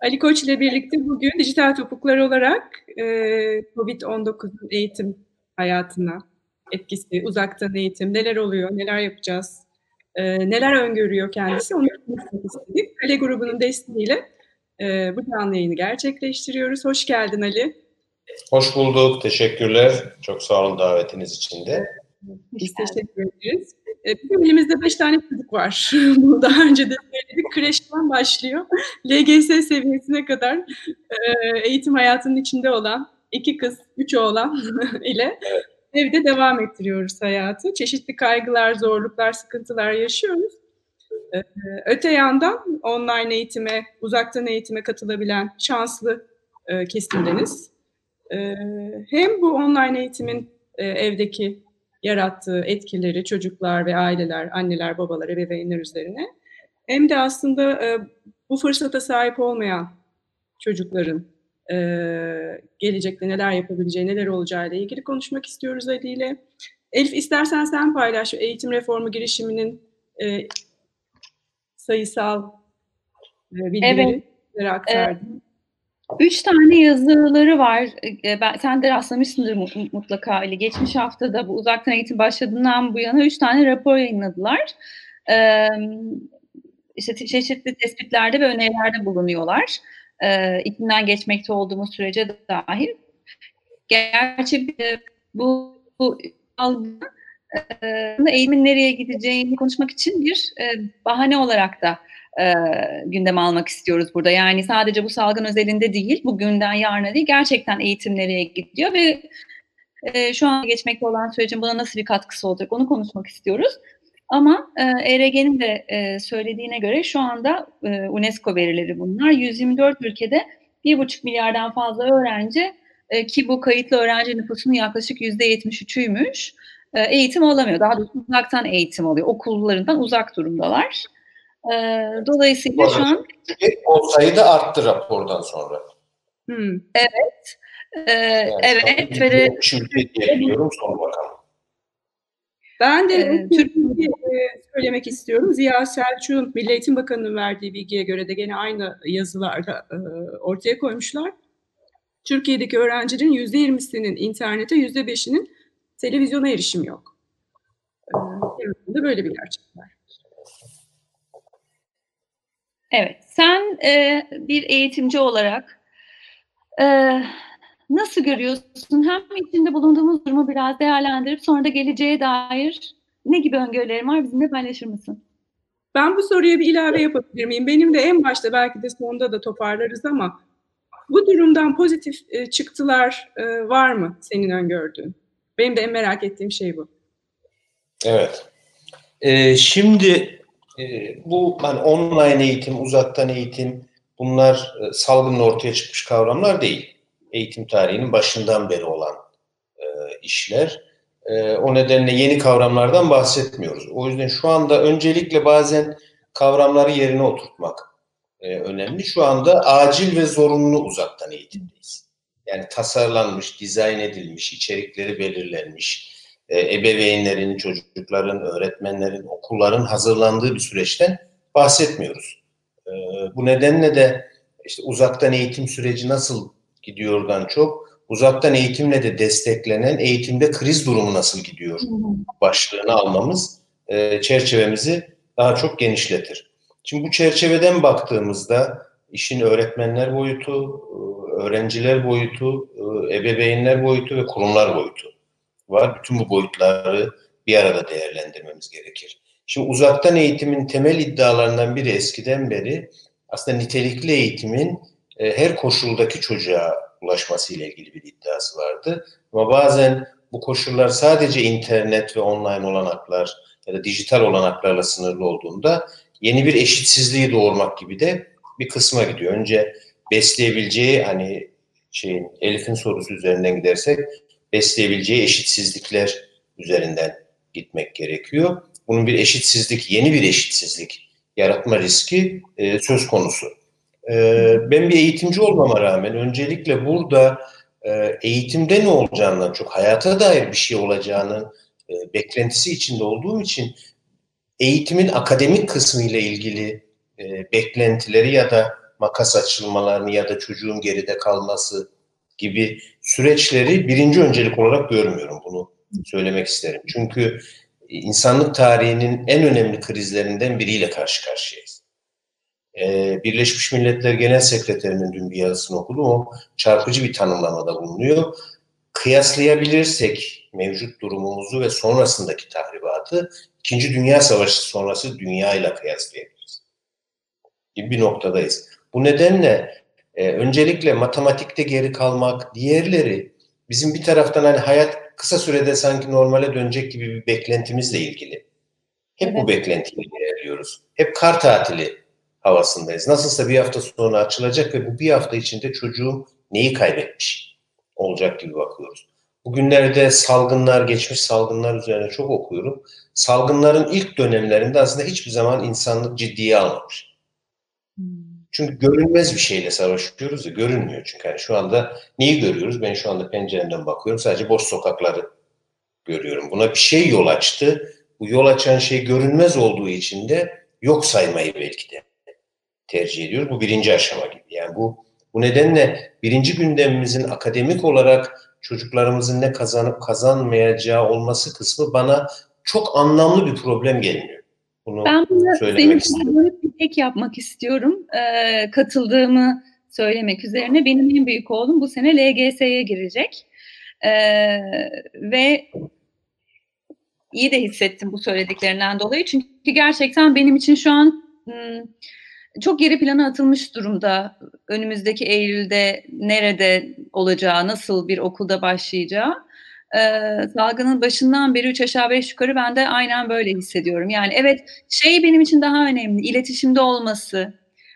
Ali Koç ile birlikte bugün dijital topuklar olarak COVID-19'un eğitim hayatına etkisi, uzaktan eğitim, neler oluyor, neler yapacağız, neler öngörüyor kendisi onu konuşmak istedik. Kale grubunun desteğiyle bu canlı yayını gerçekleştiriyoruz. Hoş geldin Ali. Hoş bulduk, teşekkürler. Çok sağ olun davetiniz için de. Biz teşekkür ederiz. Bizim elimizde 5 tane çocuk var. Bunu daha önce de söyledik. Kreşten başlıyor. LGS seviyesine kadar eğitim hayatının içinde olan 2 kız, 3 oğlan ile evde devam ettiriyoruz hayatı. Çeşitli kaygılar, zorluklar, sıkıntılar yaşıyoruz. Öte yandan online eğitime, uzaktan eğitime katılabilen şanslı kesimdeniz. Hem bu online eğitimin evdeki yarattığı etkileri çocuklar ve aileler, anneler, babalar, ebeveynler üzerine hem de aslında bu fırsata sahip olmayan çocukların gelecekte neler yapabileceği, neler olacağı ile ilgili konuşmak istiyoruz Ali ile. Elif, istersen sen paylaş. Eğitim reformu girişiminin sayısal bilgileri aktardın. 3 tane yazıları var. Sen de rastlamışsındır mutlaka Ali. Geçmiş haftada bu uzaktan eğitim başladığından bu yana 3 tane rapor yayınladılar. İşte çeşitli tespitlerde ve önerilerde bulunuyorlar. İklimden geçmekte olduğumuz sürece dahil. Gerçi bu eğitimin nereye gideceğini konuşmak için bir bahane olarak da gündeme almak istiyoruz burada. Yani sadece bu salgın özelinde değil, bugünden yarına değil, gerçekten eğitim nereye gidiyor ve şu an geçmekte olan sürecin buna nasıl bir katkısı olacak onu konuşmak istiyoruz. Ama ERG'nin de söylediğine göre şu anda UNESCO verileri bunlar. 124 ülkede 1,5 milyardan fazla öğrenci ki bu kayıtlı öğrenci nüfusunun yaklaşık %73'üymüş. Eğitim alamıyor. Daha doğrusu uzaktan eğitim alıyor. Okullarından uzak durumdalar. Dolayısıyla şu an... O sayı da arttı rapordan sonra. Evet. Yani evet. Ve diye biliyorum, son bakalım. Ben de Türkiye'yi söylemek istiyorum. Ziya Selçuk'un Milli Eğitim Bakanı'nın verdiği bilgiye göre de gene aynı yazılarda ortaya koymuşlar. Türkiye'deki öğrencilerin %20'sinin internete, %5'inin televizyona erişim yok. Böyle bir gerçek var. Evet, sen bir eğitimci olarak nasıl görüyorsun? Hem içinde bulunduğumuz durumu biraz değerlendirip sonra da geleceğe dair ne gibi öngörülerin var, bizimle paylaşır mısın? Ben bu soruya bir ilave yapabilir miyim? Benim de en başta, belki de sonunda da toparlarız ama bu durumdan pozitif çıktılar var mı senin öngördüğün? Benim de en merak ettiğim şey bu. Evet. Şimdi bu online eğitim, uzaktan eğitim, bunlar salgınla ortaya çıkmış kavramlar değil. Eğitim tarihinin başından beri olan işler. O nedenle yeni kavramlardan bahsetmiyoruz. O yüzden şu anda öncelikle bazen kavramları yerine oturtmak önemli. Şu anda acil ve zorunlu uzaktan eğitimdeyiz. Yani tasarlanmış, dizayn edilmiş, içerikleri belirlenmiş, ebeveynlerin, çocukların, öğretmenlerin, okulların hazırlandığı bir süreçten bahsetmiyoruz. Bu nedenle de işte uzaktan eğitim süreci nasıl gidiyordan çok, uzaktan eğitimle de desteklenen eğitimde kriz durumu nasıl gidiyor başlığını almamız çerçevemizi daha çok genişletir. Şimdi bu çerçeveden baktığımızda işin öğretmenler boyutu, öğrenciler boyutu, ebeveynler boyutu ve kurumlar boyutu var. Bütün bu boyutları bir arada değerlendirmemiz gerekir. Şimdi uzaktan eğitimin temel iddialarından biri eskiden beri aslında nitelikli eğitimin her koşuldaki çocuğa ulaşması ile ilgili bir iddiası vardı. Ama bazen bu koşullar sadece internet ve online olanaklar ya da dijital olanaklarla sınırlı olduğunda yeni bir eşitsizliği doğurmak gibi de bir kısma gidiyor. Önce besleyebileceği, Elif'in sorusu üzerinden gidersek, besleyebileceği eşitsizlikler üzerinden gitmek gerekiyor. Bunun bir eşitsizlik, yeni bir eşitsizlik yaratma riski söz konusu. Ben bir eğitimci olmama rağmen öncelikle burada eğitimde ne olacağından çok hayata dair bir şey olacağının beklentisi içinde olduğum için eğitimin akademik kısmı ile ilgili beklentileri ya da makas açılmalarını ya da çocuğun geride kalması gibi süreçleri birinci öncelik olarak görmüyorum. Bunu söylemek isterim. Çünkü insanlık tarihinin en önemli krizlerinden biriyle karşı karşıyayız. Birleşmiş Milletler Genel Sekreterinin dün bir yazısını okudum. O çarpıcı bir tanımlamada bulunuyor. Kıyaslayabilirsek mevcut durumumuzu ve sonrasındaki tahribatı İkinci Dünya Savaşı sonrası dünyayla kıyaslayabiliriz gibi bir noktadayız. Bu nedenle öncelikle matematikte geri kalmak, diğerleri bizim bir taraftan hani hayat kısa sürede sanki normale dönecek gibi bir beklentimizle ilgili. Hep bu beklentiyle ilerliyoruz. Hep kar tatili havasındayız. Nasılsa bir hafta sonra açılacak ve bu bir hafta içinde çocuğum neyi kaybetmiş olacak gibi bakıyoruz. Bugünlerde salgınlar, geçmiş salgınlar üzerine çok okuyorum. Salgınların ilk dönemlerinde aslında hiçbir zaman insanlık ciddiye almamış. Çünkü görünmez bir şeyle savaşıyoruz ya, görünmüyor çünkü. Yani şu anda neyi görüyoruz? Ben şu anda penceremden bakıyorum, sadece boş sokakları görüyorum. Buna bir şey yol açtı. Bu yol açan şey görünmez olduğu için de yok saymayı belki de tercih ediyoruz. Bu birinci aşama gibi. Yani bu nedenle birinci gündemimizin akademik olarak çocuklarımızın ne kazanıp kazanmayacağı olması kısmı bana çok anlamlı bir problem gelmiyor. Bunu ben bunu söylemek senin istiyorum. bir tek yapmak istiyorum. Katıldığımı söylemek üzerine. Benim en büyük oğlum bu sene LGS'ye girecek. Ve iyi de hissettim bu söylediklerinden dolayı. Çünkü gerçekten benim için şu an çok geri plana atılmış durumda. Önümüzdeki Eylül'de nerede olacağı, nasıl bir okulda başlayacağı. Salgının başından beri 3 aşağı 5 yukarı ben de aynen böyle hissediyorum. Yani evet, şey benim için daha önemli, iletişimde olması,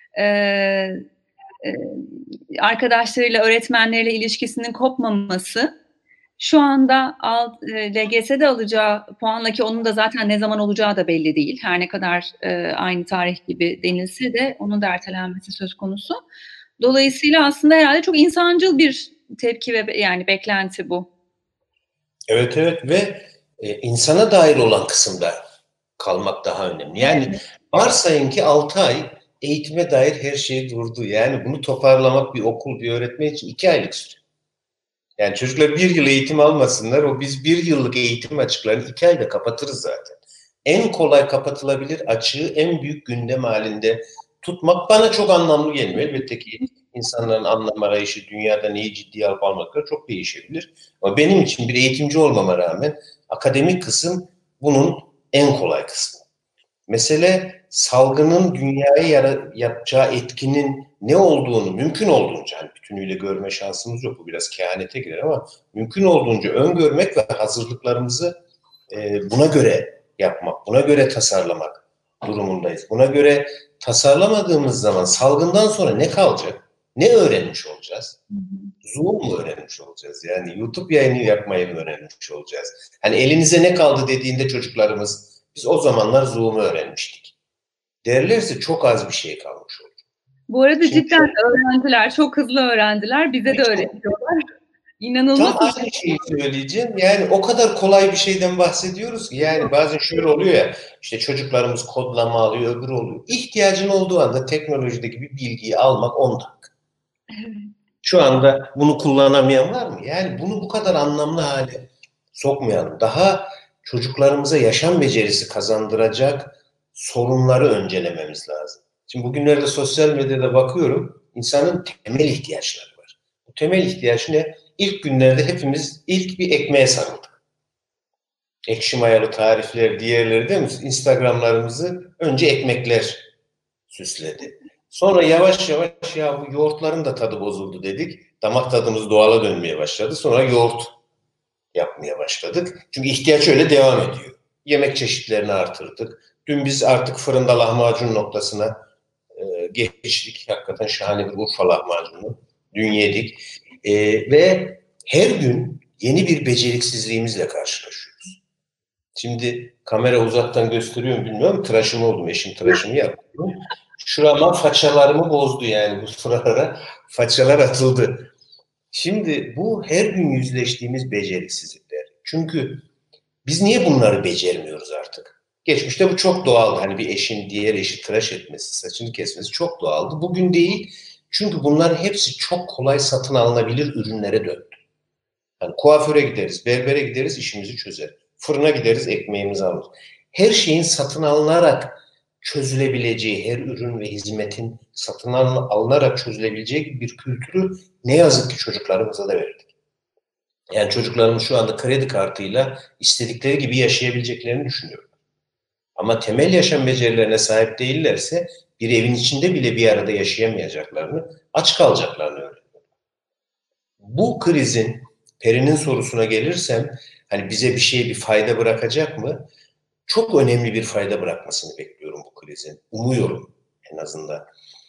arkadaşlarıyla, öğretmenleriyle ilişkisinin kopmaması. Şu anda LGS'de alacağı puanla, ki onun da zaten ne zaman olacağı da belli değil. Her ne kadar aynı tarih gibi denilse de onun da ertelenmesi söz konusu. Dolayısıyla aslında herhalde çok insancıl bir tepki ve yani beklenti bu. Evet ve insana dair olan kısımda kalmak daha önemli. Yani varsayın ki 6 ay eğitime dair her şey durdu. Yani bunu toparlamak bir okul, bir öğretmen için 2 aylık süre. Yani çocuklar 1 yıl eğitim almasınlar. Biz 1 yıllık eğitim açıklarını 2 ayda kapatırız zaten. En kolay kapatılabilir açığı en büyük gündem halinde tutmak bana çok anlamlı gelmiyor. Elbette ki insanların anlam arayışı, dünyada neyi ciddiye alıp almakları çok değişebilir. Ama benim için bir eğitimci olmama rağmen akademik kısım bunun en kolay kısmı. Mesele salgının dünyaya yapacağı etkinin ne olduğunu, mümkün olduğunca, hani bütünüyle görme şansımız yok, bu biraz kehanete girer ama mümkün olduğunca öngörmek ve hazırlıklarımızı buna göre yapmak, buna göre tasarlamak durumundayız. Buna göre tasarlamadığımız zaman salgından sonra ne kalacak? Ne öğrenmiş olacağız? Zoom mu öğrenmiş olacağız? Yani YouTube yayını yapmayı mı öğrenmiş olacağız? Hani elinize ne kaldı dediğinde çocuklarımız, biz o zamanlar Zoom'u öğrenmiştik derlerse çok az bir şey kalmış olur. Bu arada cidden öğrendiler, çok hızlı öğrendiler. Bize de öğretiyorlar. İnanılmaz. Tam aynı şeyi söyleyeceğim. Yani o kadar kolay bir şeyden bahsediyoruz ki. Yani bazen şöyle oluyor ya, işte çocuklarımız kodlama alıyor, öbürü oluyor. İhtiyacın olduğu anda teknolojideki bir bilgiyi almak 10 dakika. Şu anda bunu kullanamayan var mı? Yani bunu bu kadar anlamlı hale sokmayalım. Daha çocuklarımıza yaşam becerisi kazandıracak sorunları öncelememiz lazım. Şimdi bugünlerde sosyal medyada bakıyorum, insanın temel ihtiyaçları var. Bu temel ihtiyaç ne? İlk günlerde hepimiz ilk bir ekmeğe sarıldık. Ekşi mayalı tarifler, diğerleri değil mi? Instagramlarımızı önce ekmekler süsledi. Sonra yavaş yavaş ya bu yoğurtların da tadı bozuldu dedik. Damak tadımız doğala dönmeye başladı. Sonra yoğurt yapmaya başladık. Çünkü ihtiyaç öyle devam ediyor. Yemek çeşitlerini artırdık. Dün biz artık fırında lahmacun noktasına geçtik. Hakikaten şahane bir Urfa lahmacunu. Dün yedik. Ve her gün yeni bir beceriksizliğimizle karşılaşıyoruz. Şimdi kamera uzaktan gösteriyor mu bilmiyorum. Tıraşım oldum. Eşim tıraşımı yaptı. Şurama façalarımı bozdu yani bu sıralara. Façalar atıldı. Şimdi bu her gün yüzleştiğimiz beceriksizlikler. Çünkü biz niye bunları becermiyoruz artık? Geçmişte bu çok doğaldı. Hani bir eşin diğer eşi tıraş etmesi, saçını kesmesi çok doğaldı. Bugün değil. Çünkü bunların hepsi çok kolay satın alınabilir ürünlere döndü. Yani kuaföre gideriz, berbere gideriz, işimizi çözer. Fırına gideriz, ekmeğimizi alırız. Her şeyin satın alınarak çözülebileceği, her ürün ve hizmetin satın alınarak çözülebileceği bir kültürü ne yazık ki çocuklarımıza da verdik. Yani çocuklarımız şu anda kredi kartıyla istedikleri gibi yaşayabileceklerini düşünüyorum. Ama temel yaşam becerilerine sahip değillerse bir evin içinde bile bir arada yaşayamayacaklarını, aç kalacaklarını öğreniyorum. Bu krizin, Peri'nin sorusuna gelirsem, hani bize bir fayda bırakacak mı? Çok önemli bir fayda bırakmasını bekliyorum bu krizin. Umuyorum en azından.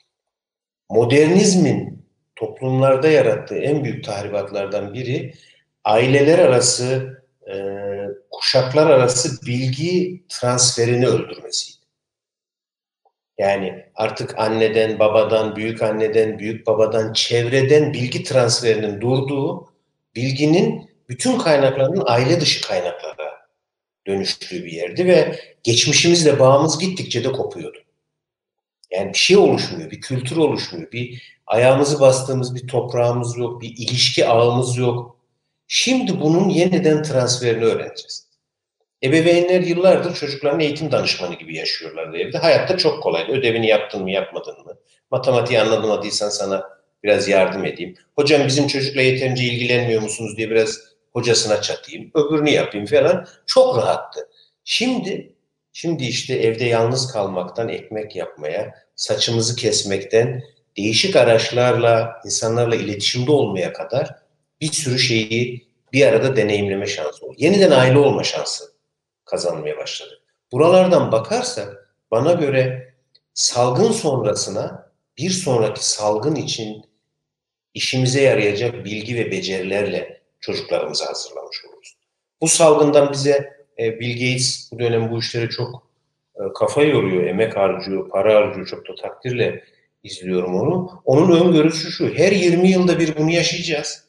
Modernizmin toplumlarda yarattığı en büyük tahribatlardan biri aileler arası, kuşaklar arası bilgi transferini öldürmesiydi. Yani artık anneden, babadan, büyük anneden, büyük babadan, çevreden bilgi transferinin durduğu, bilginin bütün kaynaklarının aile dışı kaynaklara dönüştüğü bir yerdi ve geçmişimizle bağımız gittikçe de kopuyordu. Yani bir şey oluşmuyor, bir kültür oluşmuyor, bir ayağımızı bastığımız bir toprağımız yok, bir ilişki ağımız yok. Şimdi bunun yeniden transferini öğreneceğiz. Ebeveynler yıllardır çocukların eğitim danışmanı gibi yaşıyorlardı evde. Hayatta çok kolaydı. Ödevini yaptın mı, yapmadın mı? Matematiği anlamadıysan sana biraz yardım edeyim. Hocam bizim çocukla yeterince ilgilenmiyor musunuz diye biraz hocasına çatayım. Öbürünü yapayım falan. Çok rahattı. Şimdi işte evde yalnız kalmaktan ekmek yapmaya, saçımızı kesmekten, değişik araçlarla, insanlarla iletişimde olmaya kadar bir sürü şeyi bir arada deneyimleme şansı oldu. Yeniden aile olma şansı kazanmaya başladı. Buralardan bakarsak bana göre salgın sonrasına bir sonraki salgın için işimize yarayacak bilgi ve becerilerle çocuklarımızı hazırlamış oluruz. Bu salgından bize Bill Gates bu dönem bu işlere çok kafa yoruyor, emek harcıyor, para harcıyor. Çok da takdirle izliyorum onu. Onun öngörüsü şu: her 20 yılda bir bunu yaşayacağız.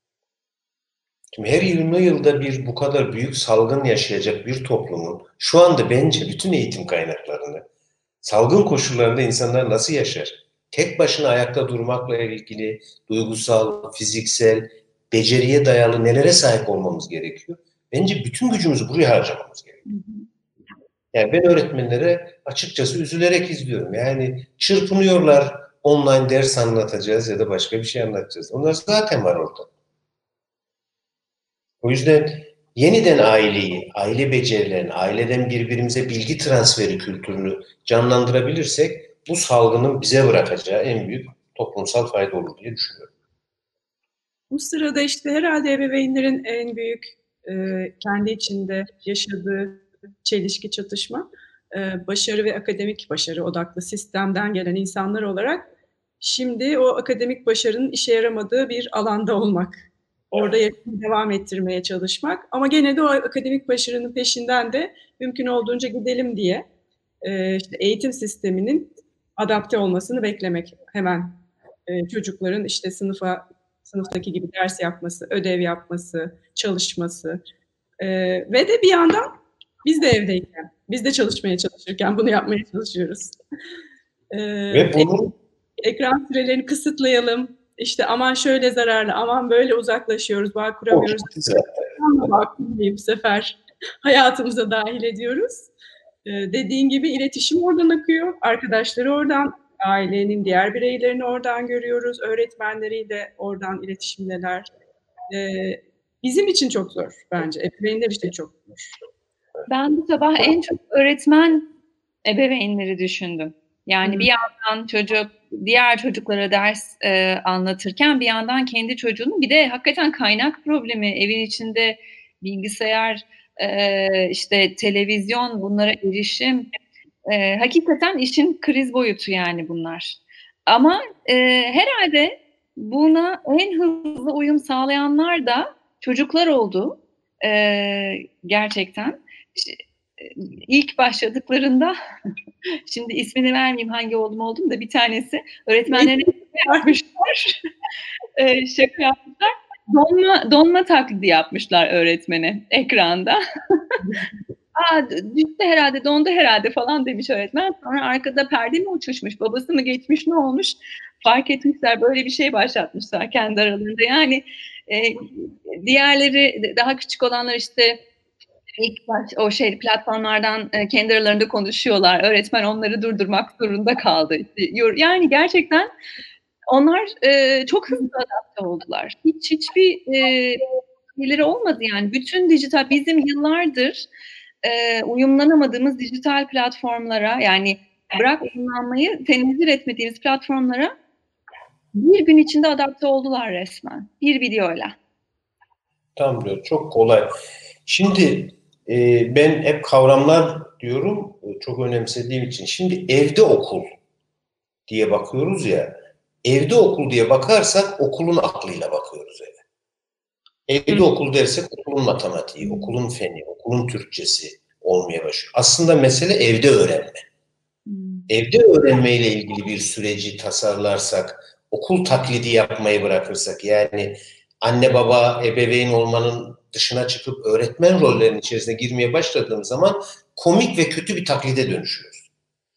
Şimdi her 20 yılda bir bu kadar büyük salgın yaşayacak bir toplumun şu anda bence bütün eğitim kaynaklarını, salgın koşullarında insanlar nasıl yaşar? Tek başına ayakta durmakla ilgili duygusal, fiziksel, beceriye dayalı nelere sahip olmamız gerekiyor? Bence bütün gücümüzü buraya harcamamız gerekiyor. Yani ben öğretmenlere açıkçası üzülerek izliyorum. Yani çırpınıyorlar, online ders anlatacağız ya da başka bir şey anlatacağız. Onlar zaten var orada. O yüzden yeniden aileyi, aile becerilerini, aileden birbirimize bilgi transferi kültürünü canlandırabilirsek bu salgının bize bırakacağı en büyük toplumsal fayda olur diye düşünüyorum. Bu sırada işte herhalde ebeveynlerin en büyük kendi içinde yaşadığı çelişki, çatışma, başarı ve akademik başarı odaklı sistemden gelen insanlar olarak şimdi o akademik başarının işe yaramadığı bir alanda olmak. Orada yaşamı devam ettirmeye çalışmak ama gene de o akademik başarının peşinden de mümkün olduğunca gidelim diye işte eğitim sisteminin adapte olmasını beklemek hemen. Çocukların işte sınıftaki gibi ders yapması, ödev yapması, çalışması ve de bir yandan biz de evdeyken, biz de çalışmaya çalışırken bunu yapmaya çalışıyoruz. Ve bunun Ekran sürelerini kısıtlayalım. İşte aman şöyle zararlı, aman böyle uzaklaşıyoruz, bağ kuramıyoruz. Bağ kurmayı bu sefer hayatımıza dahil ediyoruz. Dediğin gibi iletişim oradan akıyor, arkadaşları oradan, ailenin diğer bireylerini oradan görüyoruz, öğretmenleriyle oradan iletişimdeler. Bizim için çok zor bence, ebeveynler için çok zor. Ben bu sabah en çok öğretmen ebeveynleri düşündüm. Yani bir yandan diğer çocuklara ders anlatırken bir yandan kendi çocuğunun, bir de hakikaten kaynak problemi, evin içinde bilgisayar, işte televizyon, bunlara erişim, hakikaten işin kriz boyutu yani bunlar. Ama herhalde buna en hızlı uyum sağlayanlar da çocuklar oldu. Gerçekten. İlk başladıklarında şimdi ismini vermeyeyim hangi oldum da bir tanesi öğretmenlerine yapmışlar. Şaka yapmışlar. Donma taklidi yapmışlar öğretmene ekranda. Düştü herhalde, dondu herhalde falan demiş öğretmen. Sonra arkada perde mi uçuşmuş, babası mı geçmiş, ne olmuş? Fark etmişler, böyle bir şey başlatmışlar kendi aralarında. Yani diğerleri, daha küçük olanlar işte ilk baş o platformlardan kendi aralarında konuşuyorlar. Öğretmen onları durdurmak zorunda kaldı. Yani gerçekten onlar çok hızlı adapte oldular. Hiçbir şeyleri olmadı yani. Bütün dijital, bizim yıllardır uyumlanamadığımız dijital platformlara, yani bırak uyumlanmayı, tenezzül etmediğimiz platformlara bir gün içinde adapte oldular resmen. Bir videoyla. Tam diyor. Çok kolay. Şimdi ben hep kavramlar diyorum, çok önemsediğim için. Şimdi evde okul diye bakıyoruz ya, evde okul diye bakarsak okulun aklıyla bakıyoruz eve. Evde okul dersek okulun matematiği, okulun feni, okulun Türkçesi olmaya başlıyor. Aslında mesele evde öğrenme. Evde öğrenmeyle ilgili bir süreci tasarlarsak, okul taklidi yapmayı bırakırsak, yani anne baba, ebeveyn olmanın dışına çıkıp öğretmen rollerinin içerisine girmeye başladığım zaman komik ve kötü bir taklide dönüşüyoruz.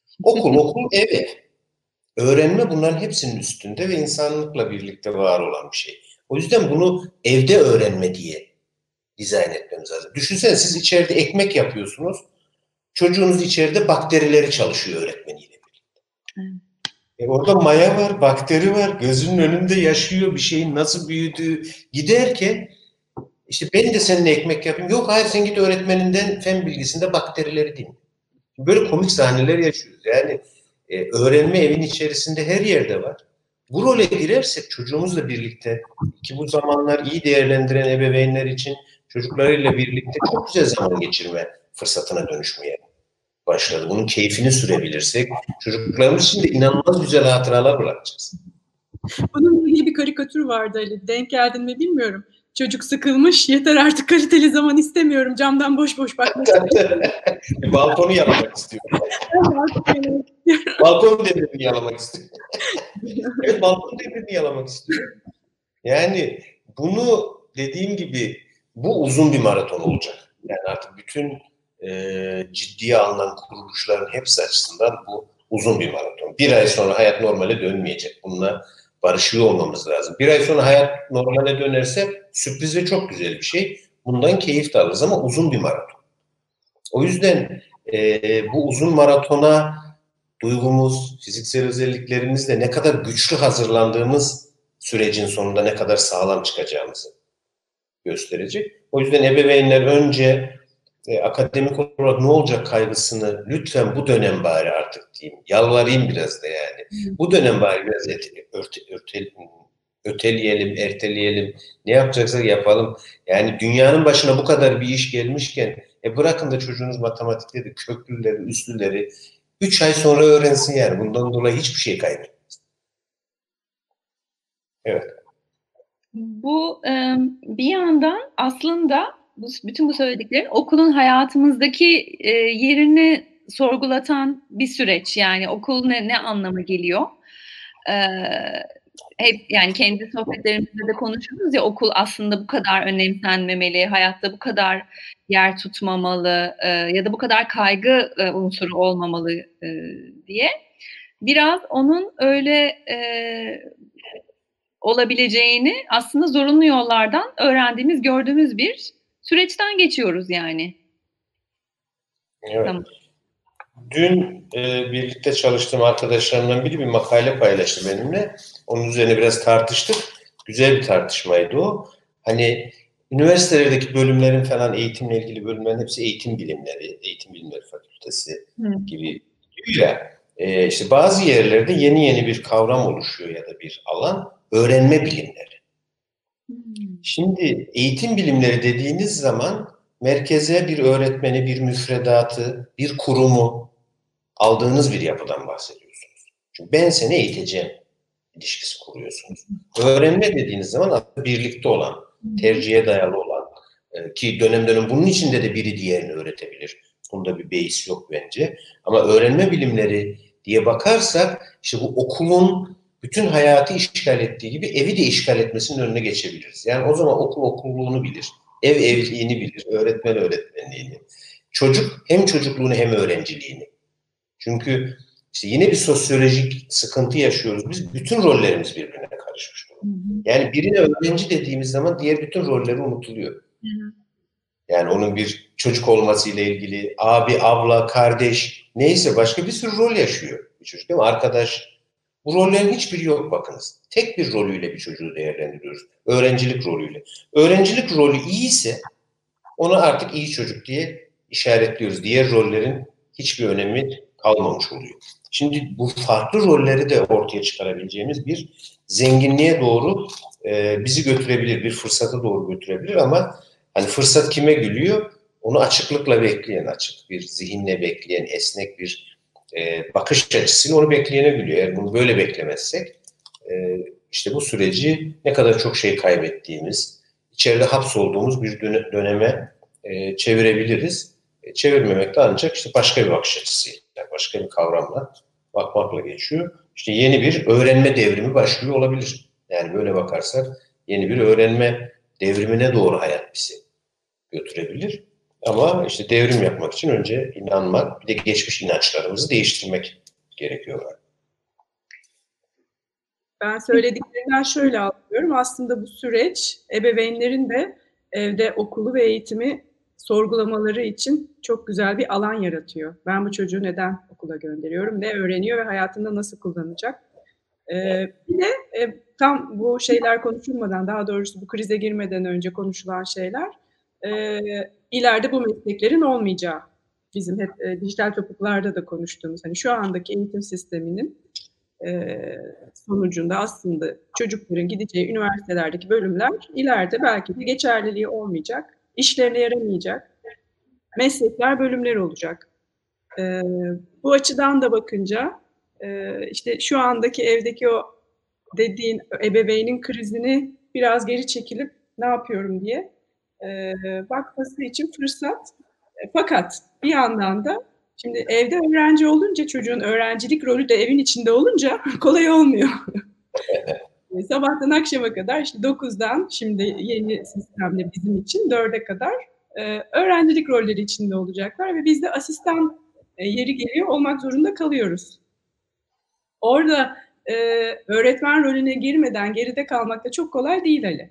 Okul, ev. Öğrenme bunların hepsinin üstünde ve insanlıkla birlikte var olan bir şey. O yüzden bunu evde öğrenme diye dizayn etmemiz lazım. Düşünsene, siz içeride ekmek yapıyorsunuz. Çocuğunuz içeride bakterileri çalışıyor öğretmeniyle birlikte. Orada maya var, bakteri var, gözünün önünde yaşıyor, bir şeyin nasıl büyüdüğü giderken işte ben de seninle ekmek yapayım. Yok, hayır, sen git öğretmeninden fen bilgisinde bakterileri dinle. Böyle komik sahneler yaşıyoruz. Yani öğrenme evin içerisinde her yerde var. Bu role girersek çocuğumuzla birlikte, ki bu zamanlar iyi değerlendiren ebeveynler için çocuklarıyla birlikte çok güzel zaman geçirme fırsatına dönüşmeye başladı. Bunun keyfini sürebilirsek çocuklarımız için de inanılmaz güzel hatıralar bırakacağız. Bununla ilgili bir karikatür vardı Ali. Denk geldin mi bilmiyorum. Çocuk sıkılmış, yeter artık kaliteli zaman istemiyorum, camdan boş boş bakmak istiyorum. Balkonu yalamak istiyorum. Balkon demirini yalamak istiyorum. Evet, balkon demirini yalamak istiyorum. Yani bunu dediğim gibi bu uzun bir maraton olacak. Yani artık bütün ciddiye alınan kuruluşların hepsi açısından bu uzun bir maraton. Bir ay sonra hayat normale dönmeyecek. Bununla barışıyor olmamız lazım. Bir ay sonra hayat normale dönerse sürpriz ve çok güzel bir şey. Bundan keyif de alırız ama uzun bir maraton. O yüzden bu uzun maratona duygumuz, fiziksel özelliklerimizle ne kadar güçlü hazırlandığımız sürecin sonunda ne kadar sağlam çıkacağımızı gösterecek. O yüzden ebeveynler önce akademik olarak ne olacak kaygısını lütfen bu dönem bari artık diyeyim. Yalvarayım biraz da yani. Bu dönem bari biraz öteleyelim, erteleyelim. Ne yapacaksak yapalım. Yani dünyanın başına bu kadar bir iş gelmişken bırakın da çocuğunuz matematikleri, köklüleri, üslüleri 3 ay sonra öğrensin yani. Bundan dolayı hiçbir şey kaybetmez. Evet. Bu bir yandan aslında bütün bu söylediklerin okulun hayatımızdaki yerini sorgulatan bir süreç. Yani okul ne anlama geliyor? Hep yani kendi sohbetlerimizde de konuşuyoruz ya, okul aslında bu kadar önemsenmemeli, hayatta bu kadar yer tutmamalı ya da bu kadar kaygı unsuru olmamalı diye. Biraz onun öyle olabileceğini aslında zorunlu yollardan öğrendiğimiz, gördüğümüz bir süreçten geçiyoruz yani. Evet. Tamam. Dün birlikte çalıştığım arkadaşlarımdan biri bir makale paylaştı benimle. Onun üzerine biraz tartıştık. Güzel bir tartışmaydı o. Hani üniversitelerdeki bölümlerin falan eğitimle ilgili bölümlerin hepsi eğitim bilimleri, eğitim bilimleri fakültesi gibi diyor ya. İşte bazı yerlerde yeni bir kavram oluşuyor ya da bir alan, öğrenme bilimleri. Şimdi eğitim bilimleri dediğiniz zaman merkeze bir öğretmeni, bir müfredatı, bir kurumu aldığınız bir yapıdan bahsediyorsunuz. Çünkü ben seni eğiteceğim ilişkisi kuruyorsunuz. Öğrenme dediğiniz zaman aslında birlikte olan, tercihe dayalı olan ki dönem bunun içinde de biri diğerini öğretebilir. Bunda bir beis yok bence. Ama öğrenme bilimleri diye bakarsak işte bu okulun bütün hayatı işgal ettiği gibi evi de işgal etmesinin önüne geçebiliriz. Yani o zaman okul okulluğunu bilir, ev evliğini bilir, öğretmen öğretmenliğini. Çocuk hem çocukluğunu hem öğrenciliğini. Çünkü işte yine bir sosyolojik sıkıntı yaşıyoruz. Biz bütün rollerimiz birbirine karışmış. Yani birine öğrenci dediğimiz zaman diğer bütün rolleri unutuluyor. Yani onun bir çocuk olmasıyla ilgili abi, abla, kardeş neyse başka bir sürü rol yaşıyor bir çocuk değil mi? Arkadaş. Bu rollerin hiçbiri yok bakınız. Tek bir rolüyle bir çocuğu değerlendiriyoruz. Öğrencilik rolüyle. Öğrencilik rolü iyiyse onu artık iyi çocuk diye işaretliyoruz. Diğer rollerin hiçbir önemi kalmamış oluyor. Şimdi bu farklı rolleri de ortaya çıkarabileceğimiz bir zenginliğe doğru bizi götürebilir, bir fırsata doğru götürebilir ama hani fırsat kime gülüyor? Onu açıklıkla bekleyen, açık bir zihinle bekleyen, esnek bir bakış açısıyla onu bekleyene gülüyor. Eğer bunu böyle beklemezsek işte bu süreci ne kadar çok şey kaybettiğimiz, içeride hapsolduğumuz bir döneme çevirebiliriz. Çevirmemek de ancak işte başka bir bakış açısıyla, başka bir kavramla bakmakla geçiyor. İşte yeni bir öğrenme devrimi başlıyor olabilir. Yani böyle bakarsak yeni bir öğrenme devrimine doğru hayat bizi götürebilir. Ama işte devrim yapmak için önce inanmak, bir de geçmiş inançlarımızı değiştirmek gerekiyor. Ben söylediklerinden şöyle anlıyorum. Aslında bu süreç ebeveynlerin de evde okulu ve eğitimi sorgulamaları için çok güzel bir alan yaratıyor. Ben bu çocuğu neden okula gönderiyorum? Ne öğreniyor ve hayatında nasıl kullanacak? Bir de tam bu şeyler konuşulmadan, daha doğrusu bu krize girmeden önce konuşulan şeyler, ileride bu mesleklerin olmayacağı. Bizim hep dijital topuklarda da konuştuğumuz, hani şu andaki eğitim sisteminin sonucunda aslında çocukların gideceği üniversitelerdeki bölümler ileride belki de geçerliliği olmayacak, işlerine yaramayacak meslekler, bölümler olacak. Bu açıdan da bakınca işte şu andaki evdeki o dediğin ebeveynin krizini biraz geri çekilip ne yapıyorum diye bakması için fırsat. Fakat bir yandan da şimdi evde öğrenci olunca çocuğun öğrencilik rolü de evin içinde olunca kolay olmuyor. Sabahtan akşama kadar işte 9'dan şimdi yeni sistemle bizim için 4'e kadar öğrencilik rolleri içinde olacaklar ve biz de asistan yeri geliyor olmak zorunda kalıyoruz. Orada öğretmen rolüne girmeden geride kalmak da çok kolay değil Ali.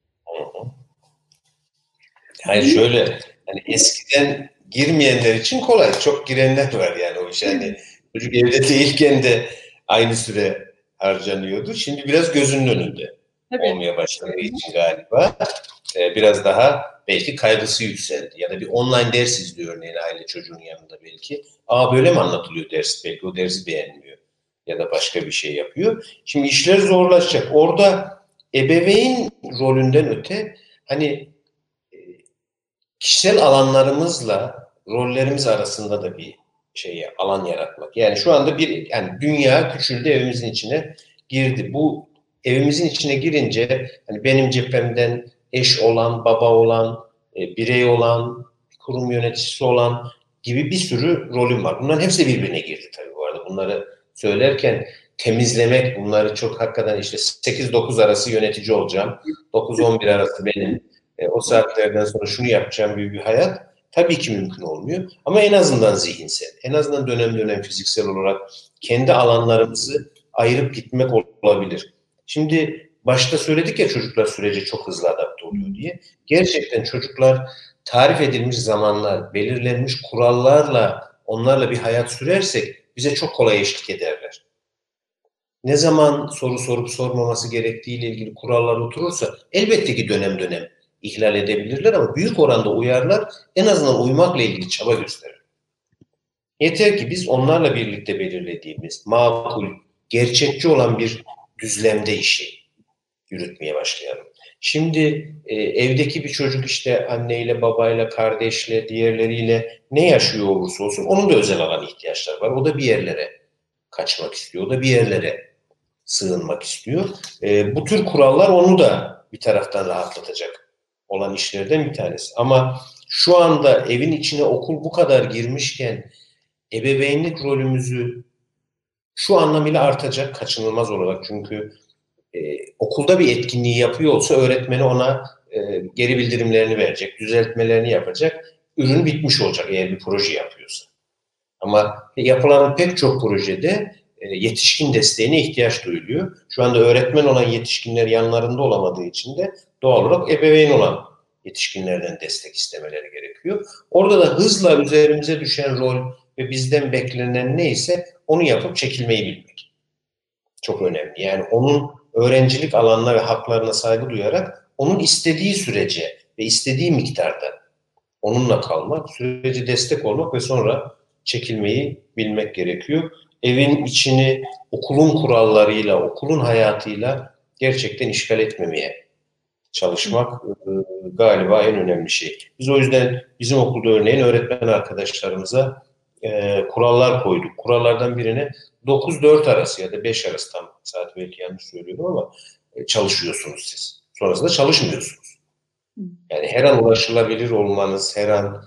Yani şöyle, hani eskiden girmeyenler için kolay, çok girenler var yani o iş. Yani çocuk evde değilken de aynı süre harcanıyordu. Şimdi biraz gözünün önünde olmaya başladığı için galiba biraz daha belki kaygısı yükseldi. Ya da bir online ders izliyor örneğin aile çocuğun yanında belki. Böyle mi anlatılıyor ders? Belki o dersi beğenmiyor. Ya da başka bir şey yapıyor. Şimdi işler zorlaşacak. Orada ebeveyn rolünden öte hani kişisel alanlarımızla rollerimiz arasında da bir alan yaratmak. Yani şu anda yani dünya küçüldü, evimizin içine girdi. Bu evimizin içine girince hani benim cephemden eş olan, baba olan, birey olan, kurum yöneticisi olan gibi bir sürü rolüm var. Bunların hepsi birbirine girdi tabii bu arada. Bunları söylerken temizlemek, bunları çok hakikaten işte 8-9 arası yönetici olacağım, 9-11 arası benim, o saatlerden sonra şunu yapacağım gibi bir hayat tabii ki mümkün olmuyor. Ama en azından zihinsel, en azından dönem dönem fiziksel olarak kendi alanlarımızı ayırıp gitmek olabilir. Şimdi başta söyledik ya çocuklar sürece çok hızlı adapte oluyor diye. Gerçekten çocuklar tarif edilmiş zamanlar, belirlenmiş kurallarla onlarla bir hayat sürersek bize çok kolay eşlik ederler. Ne zaman soru sorup sormaması gerektiğiyle ilgili kurallar oturursa elbette ki dönem dönem ihlal edebilirler ama büyük oranda uyarlar, en azından uymakla ilgili çaba gösterir. Yeter ki biz onlarla birlikte belirlediğimiz makul, gerçekçi olan bir düzlemde işi yürütmeye başlayalım. Şimdi evdeki bir çocuk işte anneyle, babayla, kardeşle, diğerleriyle ne yaşıyor olursa olsun onun da özel alan ihtiyaçları var. O da bir yerlere kaçmak istiyor, o da bir yerlere sığınmak istiyor. Bu tür kurallar onu da bir taraftan rahatlatacak olan işlerden bir tanesi. Ama şu anda evin içine okul bu kadar girmişken ebeveynlik rolümüzü şu anlamıyla artacak kaçınılmaz olarak. Çünkü okulda bir etkinliği yapıyor olsa öğretmeni ona geri bildirimlerini verecek, düzeltmelerini yapacak ürün bitmiş olacak eğer bir proje yapıyorsa. Ama yapılan pek çok projede yetişkin desteğine ihtiyaç duyuluyor. Şu anda öğretmen olan yetişkinler yanlarında olamadığı için de doğal olarak ebeveyn olan yetişkinlerden destek istemeleri gerekiyor. Orada da hızla üzerimize düşen rol ve bizden beklenen neyse onu yapıp çekilmeyi bilmek. Çok önemli. Yani onun öğrencilik alanına ve haklarına saygı duyarak onun istediği sürece ve istediği miktarda onunla kalmak, sürece destek olmak ve sonra çekilmeyi bilmek gerekiyor. Evin içini okulun kurallarıyla, okulun hayatıyla gerçekten işgal etmemeye çalışmak galiba en önemli şey. Biz o yüzden bizim okulda örneğin öğretmen arkadaşlarımıza kurallar koyduk. Kurallardan birine 9-4 arası ya da 5 arası, tam saat belki yanlış söylüyorum ama çalışıyorsunuz siz. Sonrasında çalışmıyorsunuz. Yani her an ulaşılabilir olmanız, her an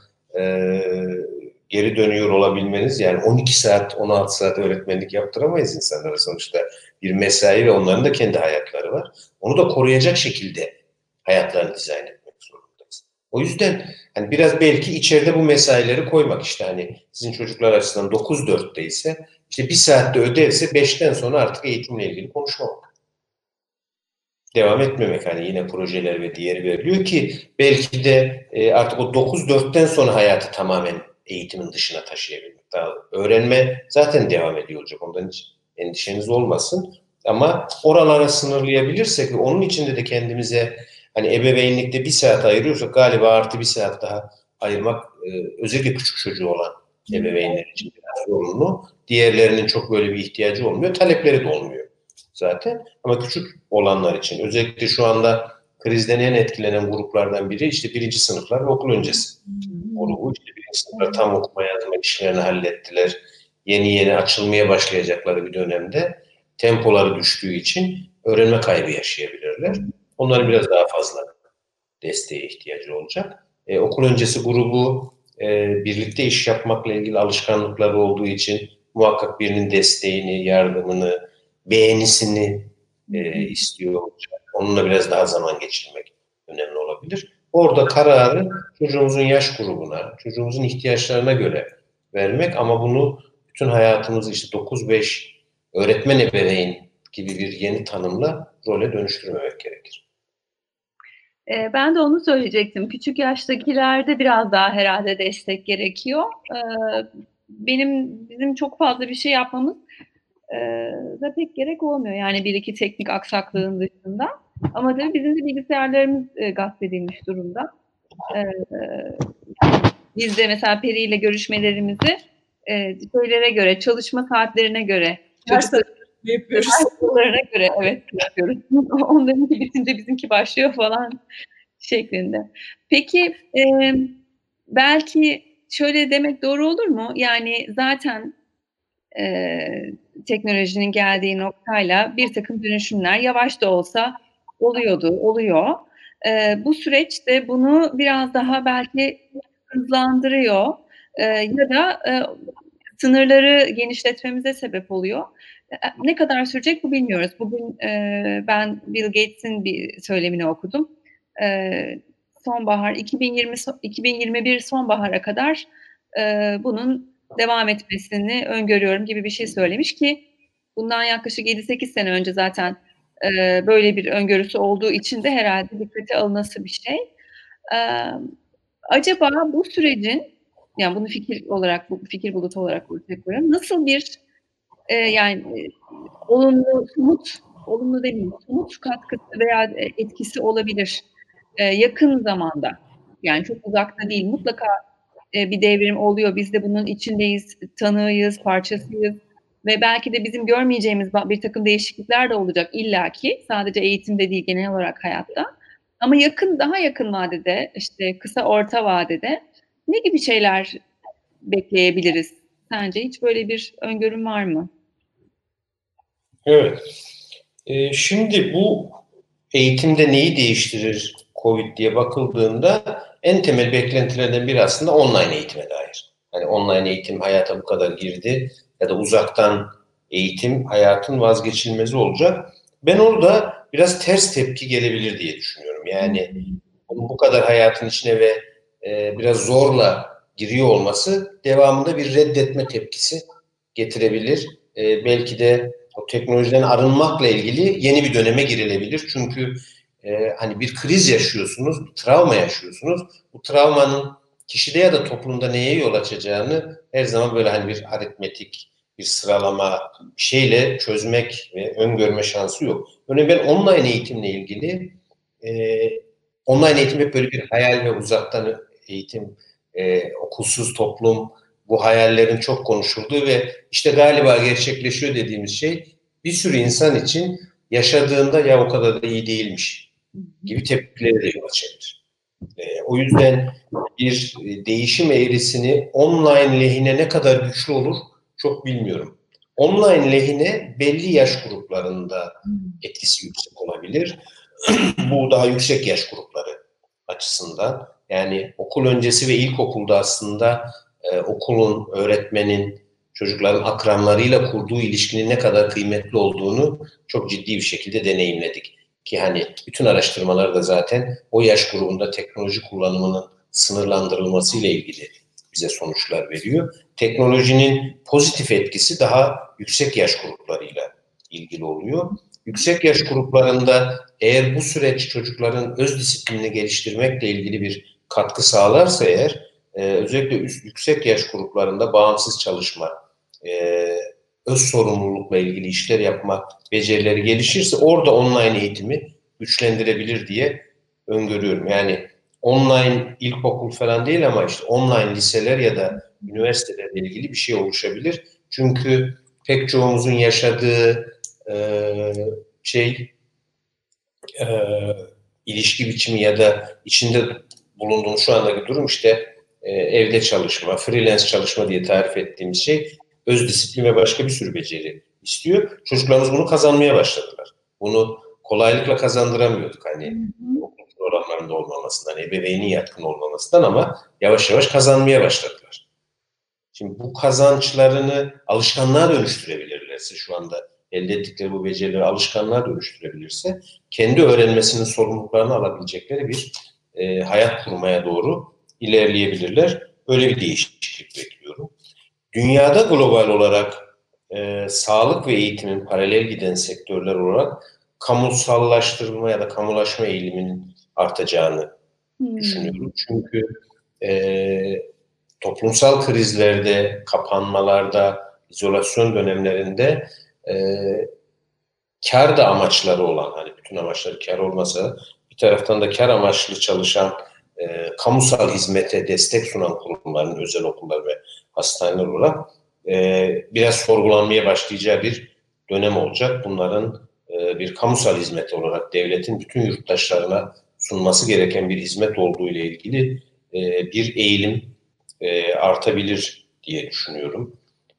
geri dönüyor olabilmeniz, yani 12 saat, 16 saat öğretmenlik yaptıramayız insanlara sonuçta. Bir mesai ve onların da kendi hayatları var. Onu da koruyacak şekilde hayatlarını dizayn etmek zorundayız. O yüzden hani biraz belki içeride bu mesaileri koymak, işte hani sizin çocuklar açısından 9-4'te ise işte bir saatte ödevse 5'ten sonra artık eğitimle ilgili konuşmamak. Devam etmemek, hani yine projeler ve diğeri veriliyor ki belki de artık o 9-4'ten sonra hayatı tamamen eğitimin dışına taşıyabilmek. Daha öğrenme zaten devam ediyor olacak. Ondan hiç endişeniz olmasın. Ama oralara sınırlayabilirsek ve onun içinde de kendimize hani ebeveynlikte bir saat ayırıyorsak galiba artı bir saat daha ayırmak özellikle küçük çocuğu olan ebeveynler için biraz zorunlu. Diğerlerinin çok böyle bir ihtiyacı olmuyor. Talepleri de olmuyor zaten. Ama küçük olanlar için özellikle şu anda krizden en etkilenen gruplardan biri işte birinci sınıflar ve okul öncesi grubu. İşte birinci sınıflar tam okuma yazma işlerini hallettiler. Yeni açılmaya başlayacakları bir dönemde tempoları düştüğü için öğrenme kaybı yaşayabilirler. Onların biraz daha fazla desteğe ihtiyacı olacak. Okul öncesi grubu birlikte iş yapmakla ilgili alışkanlıkları olduğu için muhakkak birinin desteğini, yardımını, beğenisini istiyor olacak. Onunla biraz daha zaman geçirmek önemli olabilir. Orada kararı çocuğumuzun yaş grubuna, çocuğumuzun ihtiyaçlarına göre vermek, ama bunu bütün hayatımızı işte 9-5 öğretmen ebeveyn gibi bir yeni tanımla role dönüştürmemek gerekir. Ben de onu söyleyecektim. Küçük yaştakilerde biraz daha herhalde destek gerekiyor. Bizim çok fazla bir şey yapmamız da pek gerek olmuyor. Yani bir iki teknik aksaklığın dışında. Ama tabii bizim de bilgisayarlarımız gasp edilmiş durumda. Biz de mesela Peri ile görüşmelerimizi şeylere göre, çalışma saatlerine göre, yapıyoruz. çocuklarına göre evet yapıyoruz. Onlarınki bitince bizimki başlıyor falan şeklinde. Peki belki şöyle demek doğru olur mu? Yani zaten teknolojinin geldiği noktayla bir takım dönüşümler yavaş da olsa oluyor. Bu süreç de bunu biraz daha belki hızlandırıyor ya da sınırları genişletmemize sebep oluyor. Ne kadar sürecek bu bilmiyoruz. Bugün ben Bill Gates'in bir söylemini okudum. Sonbahar 2021 sonbahara kadar bunun devam etmesini öngörüyorum gibi bir şey söylemiş ki bundan yaklaşık 7-8 sene önce zaten böyle bir öngörüsü olduğu için de herhalde dikkate alınası bir şey. Acaba bu sürecin, yani bunu fikir bulutu olarak ortaya koyuyorum. Nasıl bir yani olumlu demeyeyim, somut katkısı veya etkisi olabilir yakın zamanda. Yani çok uzakta değil. Mutlaka bir devrim oluyor. Biz de bunun içindeyiz, tanığıyız, parçasıyız ve belki de bizim görmeyeceğimiz bir takım değişiklikler de olacak illaki. Sadece eğitimde değil, genel olarak hayatta. Ama daha yakın vadede, işte kısa orta vadede ne gibi şeyler bekleyebiliriz? Sence hiç böyle bir öngörün var mı? Evet. Şimdi bu eğitimde neyi değiştirir COVID diye bakıldığında en temel beklentilerden biri aslında online eğitime dair. Hani online eğitim hayata bu kadar girdi ya da uzaktan eğitim hayatın vazgeçilmezi olacak. Ben orada biraz ters tepki gelebilir diye düşünüyorum. Yani bu kadar hayatın içine ve biraz zorla giriyor olması devamında bir reddetme tepkisi getirebilir. Belki de o teknolojiden arınmakla ilgili yeni bir döneme girilebilir. Çünkü hani bir kriz yaşıyorsunuz, bir travma yaşıyorsunuz. Bu travmanın kişide ya da toplumda neye yol açacağını her zaman böyle hani bir aritmetik, bir sıralama bir şeyle çözmek ve öngörme şansı yok. Örneğin ben online eğitimle ilgili online eğitim hep böyle bir hayal ve uzaktan eğitim, okulsuz toplum, bu hayallerin çok konuşulduğu ve işte galiba gerçekleşiyor dediğimiz şey bir sürü insan için yaşadığında ya o kadar da iyi değilmiş gibi tepkileri de yol açabilir. O yüzden bir değişim eğrisini online lehine ne kadar güçlü olur çok bilmiyorum. Online lehine belli yaş gruplarında etkisi yüksek olabilir. Bu daha yüksek yaş grupları açısından. Yani okul öncesi ve ilkokulda aslında okulun, öğretmenin, çocukların akranlarıyla kurduğu ilişkinin ne kadar kıymetli olduğunu çok ciddi bir şekilde deneyimledik. Ki hani bütün araştırmalar da zaten o yaş grubunda teknoloji kullanımının sınırlandırılması ile ilgili bize sonuçlar veriyor. Teknolojinin pozitif etkisi daha yüksek yaş gruplarıyla ilgili oluyor. Yüksek yaş gruplarında eğer bu süreç çocukların öz disiplinini geliştirmekle ilgili bir katkı sağlarsa eğer özellikle yüksek yaş gruplarında bağımsız çalışma, öz sorumlulukla ilgili işler yapma becerileri gelişirse orada online eğitimi güçlendirebilir diye öngörüyorum. Yani online ilkokul falan değil ama işte online liseler ya da üniversitelerle ilgili bir şey oluşabilir. Çünkü pek çoğumuzun yaşadığı şey e, ilişki biçimi ya da içinde bulunduğumuz şu andaki durum işte evde çalışma, freelance çalışma diye tarif ettiğimiz şey öz disiplin ve başka bir sürü beceri istiyor. Çocuklarımız bunu kazanmaya başladılar. Bunu kolaylıkla kazandıramıyorduk hani okul programlarında olmamasından, ebeveynin yatkın olmamasından ama yavaş yavaş kazanmaya başladılar. Şimdi bu kazançlarını alışkanlığa dönüştürebilirlerse şu anda elde ettikleri bu becerileri alışkanlığa dönüştürebilirse kendi öğrenmesinin sorumluluklarını alabilecekleri bir hayat kurmaya doğru ilerleyebilirler. Böyle bir değişiklik bekliyorum. Dünyada global olarak sağlık ve eğitimin paralel giden sektörler olarak kamusallaştırılma ya da kamulaşma eğiliminin artacağını düşünüyorum. Çünkü toplumsal krizlerde, kapanmalarda, izolasyon dönemlerinde kar da amaçları olan, hani bütün amaçları kar olmasa bir taraftan da kar amaçlı çalışan kamusal hizmete destek sunan kurumların, özel okullar ve hastaneler olarak biraz sorgulanmaya başlayacağı bir dönem olacak. Bunların bir kamusal hizmet olarak devletin bütün yurttaşlarına sunması gereken bir hizmet olduğu ile ilgili bir eğilim artabilir diye düşünüyorum.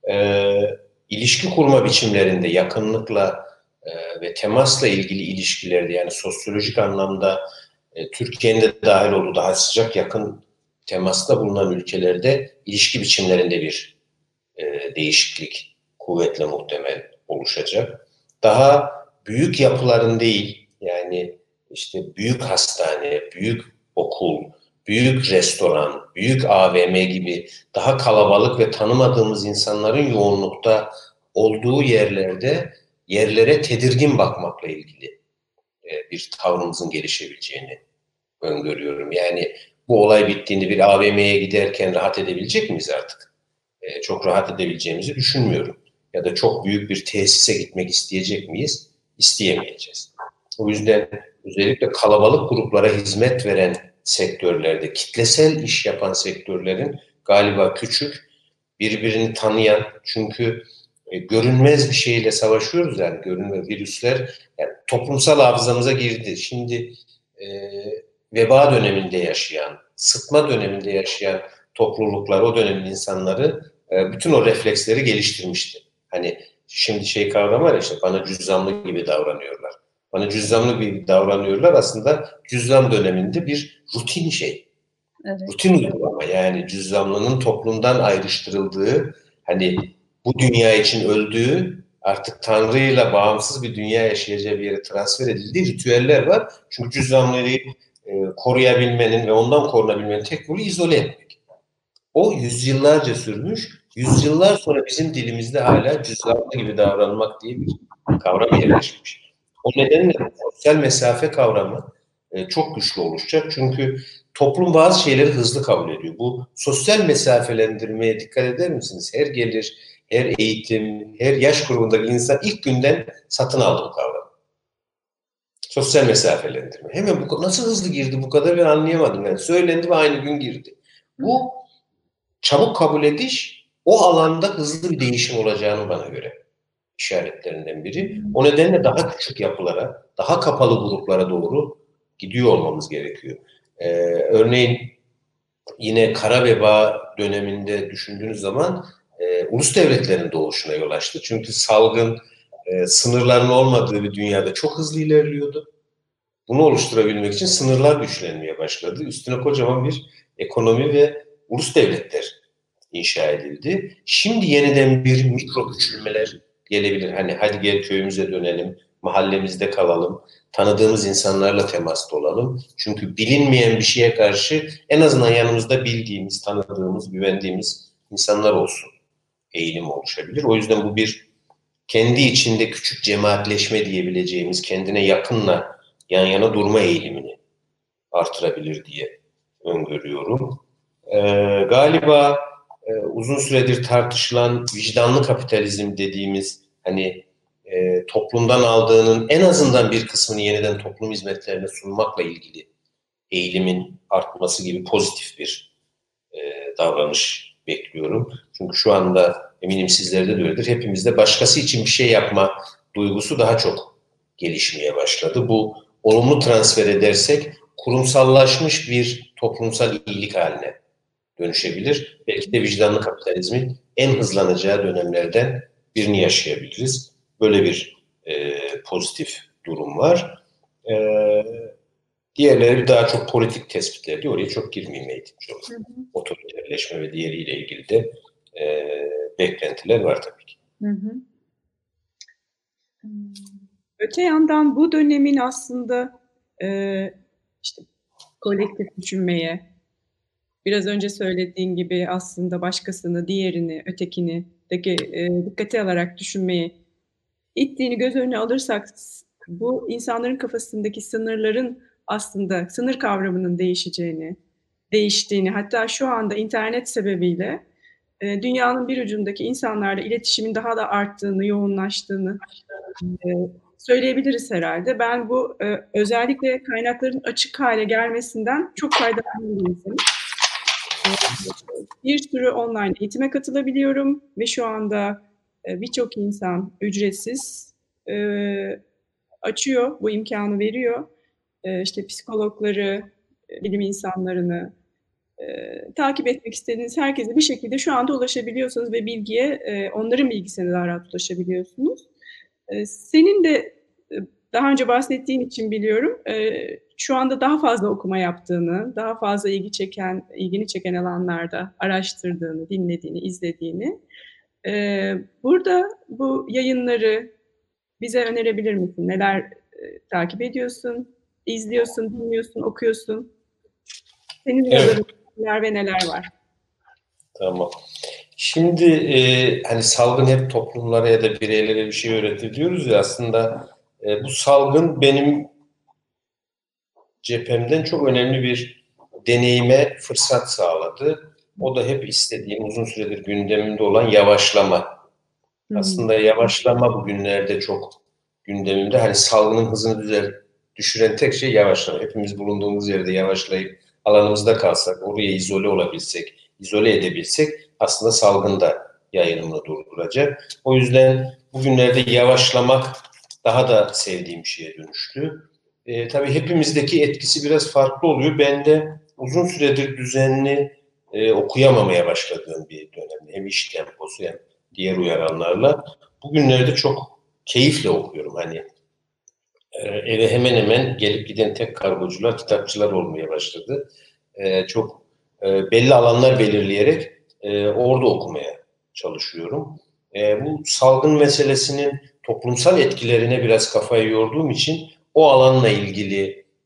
İlişki kurma biçimlerinde yakınlıkla ve temasla ilgili ilişkilerde yani sosyolojik anlamda Türkiye'nin de dahil olduğu daha sıcak yakın temasta bulunan ülkelerde ilişki biçimlerinde bir değişiklik kuvvetle muhtemel oluşacak. Daha büyük yapıların değil yani işte büyük hastane, büyük okul, büyük restoran, büyük AVM gibi daha kalabalık ve tanımadığımız insanların yoğunlukta olduğu yerlere tedirgin bakmakla ilgili bir tavrımızın gelişebileceğini öngörüyorum. Yani bu olay bittiğinde bir AVM'ye giderken rahat edebilecek miyiz artık? Çok rahat edebileceğimizi düşünmüyorum. Ya da çok büyük bir tesise gitmek isteyecek miyiz? İsteyemeyeceğiz. O yüzden özellikle kalabalık gruplara hizmet veren sektörlerde, kitlesel iş yapan sektörlerin galiba küçük, birbirini tanıyan, çünkü görünmez bir şeyle savaşıyoruz yani görünmez virüsler yani toplumsal hafızamıza girdi. Şimdi veba döneminde yaşayan, sıtma döneminde yaşayan topluluklar, o dönemin insanları bütün o refleksleri geliştirmişti. Hani şimdi şey kavram var ya işte bana cüzzamlı gibi davranıyorlar. Bana cüzzamlı gibi davranıyorlar aslında cüzzam döneminde bir rutin şey. Evet. Rutin uygulama yani cüzzamlının toplumdan ayrıştırıldığı hani bu dünya için öldüğü artık Tanrı'yla bağımsız bir dünya yaşayacağı bir yere transfer edildiği ritüeller var. Çünkü cüzzamlıyı koruyabilmenin ve ondan korunabilmenin tek yolu izole etmek. O yüzyıllarca sürmüş, yüzyıllar sonra bizim dilimizde hala cüzdanlı gibi davranmak diye bir kavram yerleşmiş. O nedenle sosyal mesafe kavramı çok güçlü oluşacak. Çünkü toplum bazı şeyleri hızlı kabul ediyor. Bu sosyal mesafelendirmeye dikkat eder misiniz? Her gelir, her eğitim, her yaş grubundaki insan ilk günden satın aldı bu kavramı. Sosyal mesafelendirme. Hemen bu nasıl hızlı girdi bu kadar ben anlayamadım. Yani söylendi ve aynı gün girdi. Bu çabuk kabul ediş o alanda hızlı bir değişim olacağını bana göre işaretlerinden biri. O nedenle daha küçük yapılara, daha kapalı gruplara doğru gidiyor olmamız gerekiyor. Örneğin yine kara veba döneminde düşündüğünüz zaman ulus devletlerin doğuşuna yol açtı. Çünkü salgın sınırların olmadığı bir dünyada çok hızlı ilerliyordu. Bunu oluşturabilmek için sınırlar güçlenmeye başladı. Üstüne kocaman bir ekonomi ve ulus devletler inşa edildi. Şimdi yeniden bir mikro küçülmeler gelebilir. Hani hadi gel köyümüze dönelim, mahallemizde kalalım, tanıdığımız insanlarla temasta olalım. Çünkü bilinmeyen bir şeye karşı en azından yanımızda bildiğimiz, tanıdığımız, güvendiğimiz insanlar olsun eğilim oluşabilir. O yüzden bu bir kendi içinde küçük cemaatleşme diyebileceğimiz, kendine yakınla yan yana durma eğilimini artırabilir diye öngörüyorum. Galiba uzun süredir tartışılan vicdanlı kapitalizm dediğimiz hani toplumdan aldığının en azından bir kısmını yeniden toplum hizmetlerine sunmakla ilgili eğilimin artması gibi pozitif bir davranış bekliyorum. Çünkü şu anda eminim sizlerde de öyledir. Hepimizde başkası için bir şey yapma duygusu daha çok gelişmeye başladı. Bu olumlu transfer edersek kurumsallaşmış bir toplumsal iyilik haline dönüşebilir. Belki de vicdanlı kapitalizmin en hızlanacağı dönemlerden birini yaşayabiliriz. Böyle bir pozitif durum var. Diğerleri daha çok politik tespitler diyor. Oraya çok girmeyeyim eğitimci olarak. Otoriterleşme ve diğeriyle ilgili de beklentiler var tabii ki. Hı hı. Öte yandan bu dönemin aslında işte kolektif düşünmeye, biraz önce söylediğin gibi aslında başkasını, diğerini, ötekini dikkate alarak düşünmeye ittiğini göz önüne alırsak bu insanların kafasındaki sınırların aslında sınır kavramının değiştiğini, hatta şu anda internet sebebiyle dünyanın bir ucundaki insanlarla iletişimin daha da arttığını, yoğunlaştığını söyleyebiliriz herhalde. Ben bu özellikle kaynakların açık hale gelmesinden çok faydalanan bir insanım. Bir sürü online eğitime katılabiliyorum ve şu anda birçok insan ücretsiz açıyor, bu imkanı veriyor. İşte psikologları, bilim insanlarını takip etmek istediğiniz herkese bir şekilde şu anda ulaşabiliyorsunuz ve bilgiye, onların bilgisine daha rahat ulaşabiliyorsunuz. Senin de daha önce bahsettiğin için biliyorum, şu anda daha fazla okuma yaptığını, daha fazla ilgini çeken alanlarda araştırdığını, dinlediğini, izlediğini. Burada bu yayınları bize önerebilir misin? Neler takip ediyorsun, izliyorsun, dinliyorsun, okuyorsun? Senin evet. neler ve neler var? Tamam. Şimdi hani salgın hep toplumlara ya da bireylere bir şey öğretir diyoruz ya aslında bu salgın benim cephemden çok önemli bir deneyime fırsat sağladı. O da hep istediğim, uzun süredir gündemimde olan yavaşlama. Aslında yavaşlama bugünlerde çok gündemimde. Hani salgının hızını düşüren tek şey yavaşlama. Hepimiz bulunduğumuz yerde yavaşlayıp alanımızda kalsak, oraya izole olabilsek, izole edebilsek aslında salgın da yayılımını durduracak. O yüzden bugünlerde yavaşlamak daha da sevdiğim şeye dönüştü. Tabii hepimizdeki etkisi biraz farklı oluyor. Ben de uzun süredir düzenli okuyamamaya başladığım bir dönem. Hem iş temposu hem diğer uyaranlarla. Bugünlerde çok keyifle okuyorum. Hani eve hemen hemen gelip giden tek kargocular, kitapçılar olmaya başladı. Çok belli alanlar belirleyerek orada okumaya çalışıyorum. Bu salgın meselesinin toplumsal etkilerine biraz kafayı yorduğum için o alanla ilgili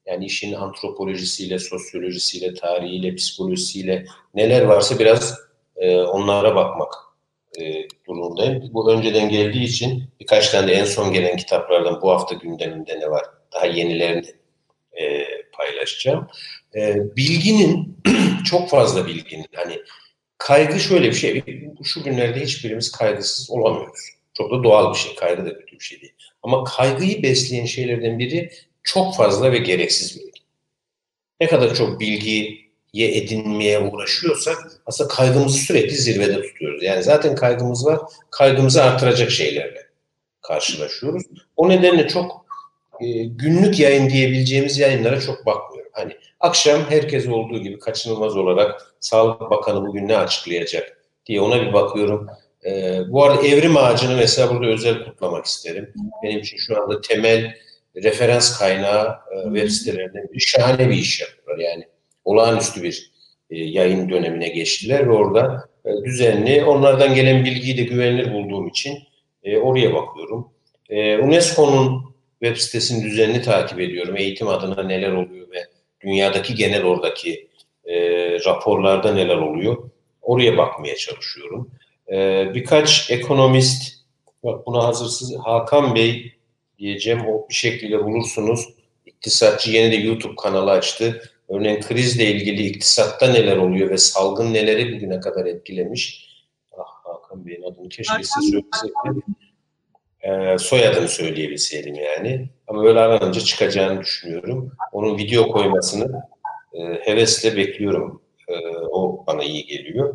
Yani işin antropolojisiyle, sosyolojisiyle, tarihiyle, psikolojisiyle neler varsa biraz onlara bakmak durumundayım. Bu önceden geldiği için birkaç tane de en son gelen kitaplardan bu hafta gündeminde ne var? Daha yenilerini paylaşacağım. Bilginin, çok fazla bilginin, hani kaygı şöyle bir şey, şu günlerde hiçbirimiz kaygısız olamıyoruz. Çok da doğal bir şey, kaygı da kötü bir şey değil. Ama kaygıyı besleyen şeylerden biri çok fazla ve gereksiz bilgi. Ne kadar çok bilgiye edinmeye uğraşıyorsak aslında kaygımızı sürekli zirvede tutuyoruz. Yani zaten kaygımız var, kaygımızı artıracak şeylerle karşılaşıyoruz. O nedenle çok günlük yayın diyebileceğimiz yayınlara çok bakmıyorum. Hani akşam herkes olduğu gibi kaçınılmaz olarak Sağlık Bakanı bugün ne açıklayacak diye ona bir bakıyorum. Bu arada Evrim Ağacı'nı mesela burada özel kutlamak isterim. Benim için şu anda temel referans kaynağı web sitelerinden biri. Şahane bir iş yapıyorlar. Yani olağanüstü bir yayın dönemine geçtiler ve orada düzenli, onlardan gelen bilgiyi de güvenilir bulduğum için oraya bakıyorum. UNESCO'nun web sitesini düzenli takip ediyorum. Eğitim adına neler oluyor ve dünyadaki genel oradaki raporlarda neler oluyor. Oraya bakmaya çalışıyorum. Birkaç ekonomist, bak buna hazırsız Hakan Bey diyeceğim, o bir şekilde bulursunuz. İktisatçı yeni de YouTube kanalı açtı. Örneğin krizle ilgili iktisatta neler oluyor ve salgın neleri bugüne kadar etkilemiş. Ah, Hakan Bey'in adını keşke size söyleseydim. Soyadını söyleyebilseydim yani. Ama öyle aranınca çıkacağını düşünüyorum. Onun video koymasını hevesle bekliyorum. O bana iyi geliyor.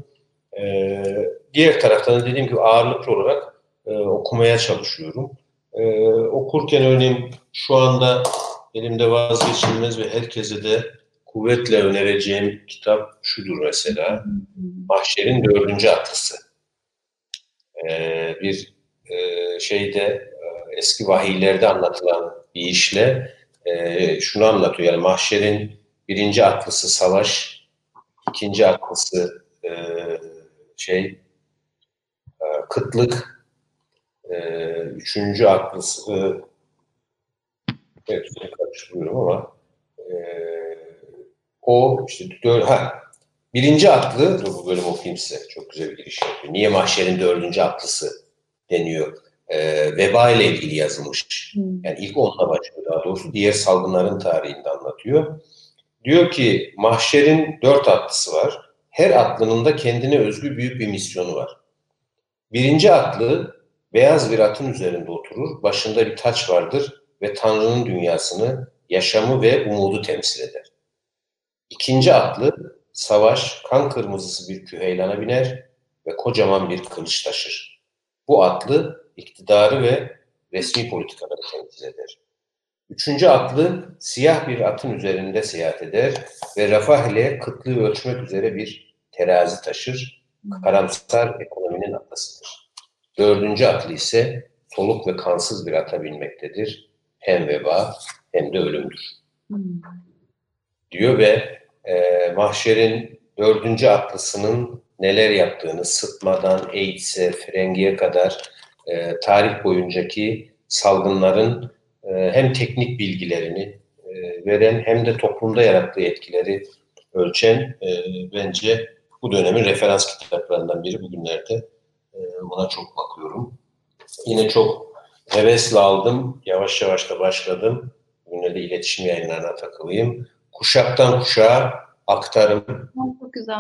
Diğer taraftan da dediğim gibi ağırlıklı olarak okumaya çalışıyorum. Okurken örneğin şu anda elimde vazgeçilmez ve herkese de kuvvetle önereceğim kitap şudur mesela. Mahşer'in 4. Atlısı. Bir şeyde eski vahiylerde anlatılan bir işle şunu anlatıyor. Yani Mahşer'in 1. atlısı savaş, 2. atlısı kıtlık, 3. atlısı hepsini karıştırıyorum ama o işte 1. atlı, bu bölüm okuyayım size. Çok güzel bir giriş yapıyor. Niye Mahşer'in 4. atlısı deniyor? Veba ile ilgili yazılmış. Yani ilk onunla başlıyor daha doğrusu. Diğer salgınların tarihini anlatıyor. Diyor ki Mahşer'in 4 atlısı var. Her atlının da kendine özgü büyük bir misyonu var. 1. atlı beyaz bir atın üzerinde oturur. Başında bir taç vardır ve Tanrı'nın dünyasını, yaşamı ve umudu temsil eder. 2. atlı savaş, kan kırmızısı bir küheylana biner ve kocaman bir kılıç taşır. Bu atlı iktidarı ve resmi politikaları temsil eder. 3. atlı siyah bir atın üzerinde seyahat eder ve refah ile kıtlığı ölçmek üzere bir terazi taşır. Karamsar ekonominin atlasıdır. 4. atlı ise soluk ve kansız bir ata binmektedir. Hem veba hem de ölümdür. Diyor ve Mahşer'in 4. atlısının neler yaptığını sıtmadan AIDS'e, frengiye kadar tarih boyuncaki salgınların hem teknik bilgilerini veren hem de toplumda yarattığı etkileri ölçen bence bu dönemin referans kitaplarından biri. Bugünlerde ona çok bakıyorum. Yine çok hevesle aldım. Yavaş yavaş da başladım. Bugünlerde iletişim yayınlarına takılayım. Kuşaktan kuşağa aktarım. Çok güzel.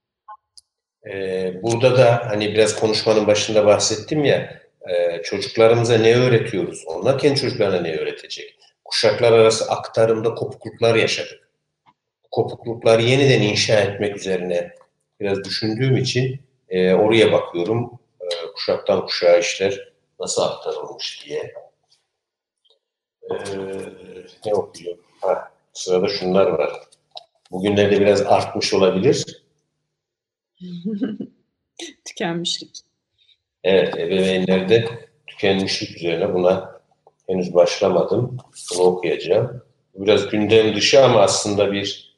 Burada da hani biraz konuşmanın başında bahsettim ya, çocuklarımıza ne öğretiyoruz? Onlar kendi çocuklarına ne öğretecek? Kuşaklar arası aktarımda kopukluklar yaşadık. Kopuklukları yeniden inşa etmek üzerine biraz düşündüğüm için oraya bakıyorum. Kuşaktan kuşağa işler nasıl aktarılmış diye. Ne okuyayım? Sırada şunlar var. Bugünlerde biraz artmış olabilir. Tükenmişlik. Evet, ebeveynlerde tükenmişlik üzerine buna henüz başlamadım. Bunu okuyacağım. Biraz gündem dışı ama aslında bir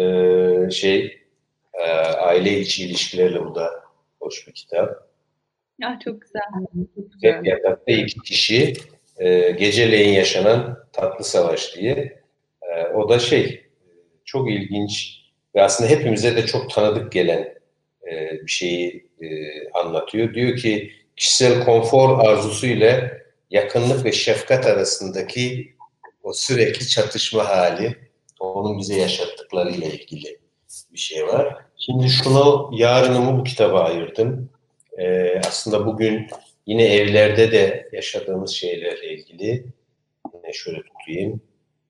aile içi ilişkilerle bu da hoş bir kitap. Ya çok güzel. Çok güzel. Yatakta 2 kişi geceleyin yaşanan tatlı savaş diye. O da çok ilginç ve aslında hepimize de çok tanıdık gelen bir şeyi anlatıyor. Diyor ki kişisel konfor arzusu ile yakınlık ve şefkat arasındaki o sürekli çatışma hali, onun bize yaşattıklarıyla ilgili bir şey var. Şimdi yarınımı bu kitaba ayırdım. Aslında bugün yine evlerde de yaşadığımız şeylerle ilgili. Yine şöyle tutayım.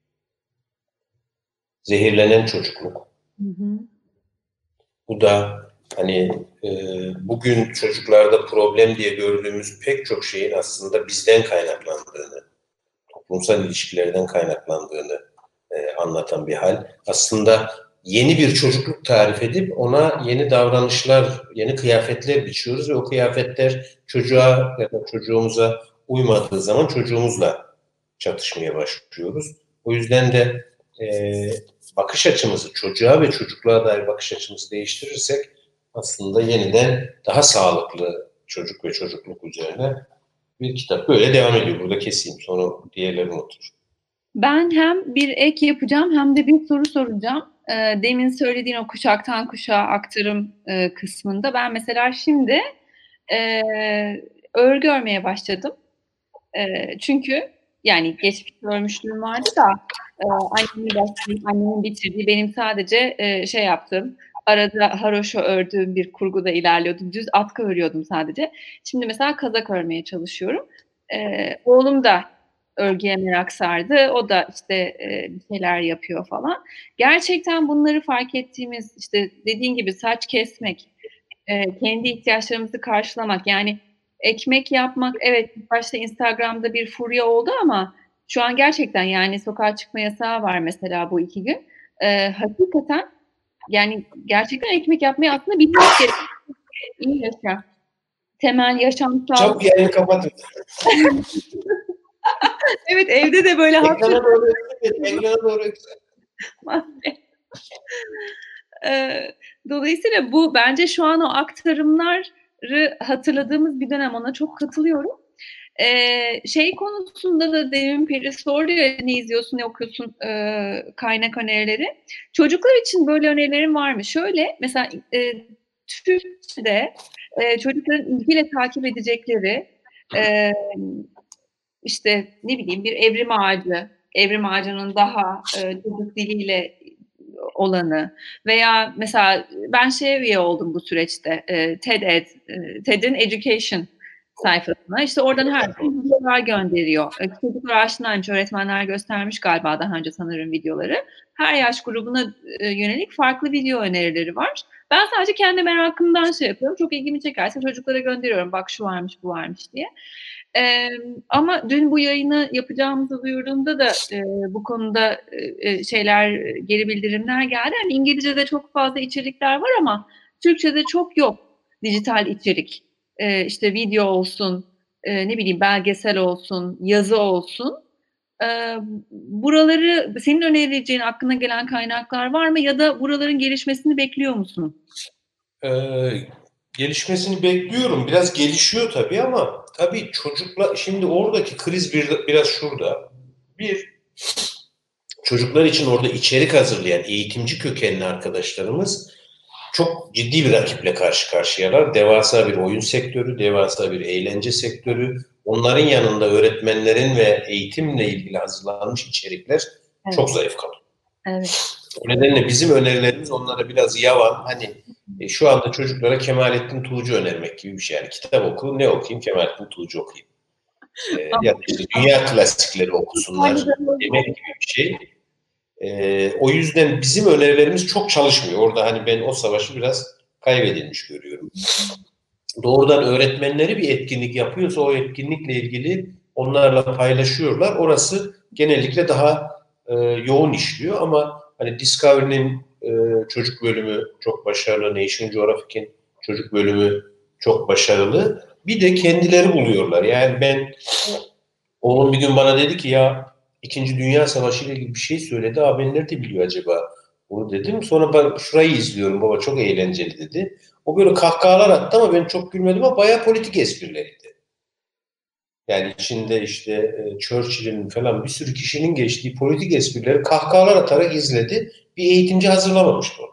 Zehirlenen çocukluk. Hı hı. Bu da bugün çocuklarda problem diye gördüğümüz pek çok şeyin aslında bizden kaynaklandığını, toplumsal ilişkilerden kaynaklandığını anlatan bir hal. Aslında yeni bir çocukluk tarif edip ona yeni davranışlar, yeni kıyafetler biçiyoruz ve o kıyafetler çocuğa ya da çocuğumuza uymadığı zaman çocuğumuzla çatışmaya başlıyoruz. O yüzden de bakış açımızı, çocuğa ve çocukluğa dair bakış açımızı değiştirirsek aslında yeniden daha sağlıklı çocuk ve çocukluk üzerine bir kitap. Böyle devam ediyor. Burada keseyim. Sonra diğerlerini otur. Ben hem bir ek yapacağım hem de bir soru soracağım. Demin söylediğin o kuşaktan kuşağa aktarım kısmında ben mesela şimdi örgü örmeye başladım. Çünkü yani geçmiş örmüşlüğüm vardı da annemin bitirdiği, benim sadece şey yaptım. Arada haroşa ördüğüm bir kurguda ilerliyordum. Düz atkı örüyordum sadece. Şimdi mesela kazak örmeye çalışıyorum. Oğlum da örgüye merak sardı. O da işte bir şeyler yapıyor falan. Gerçekten bunları fark ettiğimiz, işte dediğin gibi saç kesmek, kendi ihtiyaçlarımızı karşılamak, yani ekmek yapmak, evet başta Instagram'da bir furya oldu ama şu an gerçekten yani sokağa çıkma yasağı var mesela bu 2 gün. Hakikaten yani gerçekten ekmek yapmayı aslında bilmek gerekiyor. İyi yaşa. Temel yaşamsal. Çabuk yerini kapatın. Evet, evde de böyle Ekrana doğru yüksel. Ekrana doğru yüksel. Dolayısıyla bu bence şu an o aktarımları hatırladığımız bir dönem, ona çok katılıyorum. Şey konusunda da demin Peri sordu ya, ne izliyorsun, ne okuyorsun, kaynak önerileri. Çocuklar için böyle önerilerim var mı? Şöyle mesela Türkçe'de çocukların ilgiyle takip edecekleri işte ne bileyim bir evrim ağacının daha çocuk diliyle olanı veya mesela ben üye oldum bu süreçte, TED'in Education sayfasına. İşte oradan her gün videolar gönderiyor. Çocuklar aşinaymış, öğretmenler göstermiş galiba daha önce sanırım videoları. Her yaş grubuna yönelik farklı video önerileri var. Ben sadece kendi merakımdan yapıyorum. Çok ilgimi çekerse çocuklara gönderiyorum. Bak şu varmış, bu varmış diye. Ama dün bu yayını yapacağımızı duyurduğumda da bu konuda geri bildirimler geldi. Yani İngilizce'de çok fazla içerikler var ama Türkçe'de çok yok dijital içerik. İşte video olsun, ne bileyim belgesel olsun, yazı olsun. Buraları, senin önereceğin aklına gelen kaynaklar var mı ya da buraların gelişmesini bekliyor musun? Gelişmesini bekliyorum. Biraz gelişiyor tabii ama tabii çocuklar, şimdi oradaki kriz biraz şurada. Çocuklar için orada içerik hazırlayan eğitimci kökenli arkadaşlarımız çok ciddi bir rakiple karşı karşıyalar. Devasa bir oyun sektörü, devasa bir eğlence sektörü. Onların yanında öğretmenlerin ve eğitimle ilgili hazırlanmış içerikler çok zayıf kalıyor. Evet. O nedenle bizim önerilerimiz onlara biraz yavan. Şu anda çocuklara Kemalettin Tuğcu önermek gibi bir şey. Yani kitap oku, ne okuyayım? Kemalettin Tuğcu okuyayım. Ya da işte dünya klasikleri okusunlar demek gibi bir şey. O yüzden bizim önerilerimiz çok çalışmıyor. Orada ben o savaşı biraz kaybedilmiş görüyorum. Doğrudan öğretmenleri bir etkinlik yapıyorsa o etkinlikle ilgili onlarla paylaşıyorlar. Orası genellikle daha yoğun işliyor ama Discovery'nin çocuk bölümü çok başarılı, National Geographic'in çocuk bölümü çok başarılı. Bir de kendileri buluyorlar. Yani oğlum bir gün bana dedi ki ya İkinci Dünya Savaşı ile ilgili bir şey söyledi. Ben nerede biliyor acaba? Bunu dedim. Sonra ben şurayı izliyorum baba, çok eğlenceli dedi. O böyle kahkahalar attı ama ben çok gülmedim ama bayağı politik esprileriydi. Yani içinde işte Churchill'in falan bir sürü kişinin geçtiği politik esprileri kahkahalar atarak izledi. Bir eğitimci hazırlamamış bu.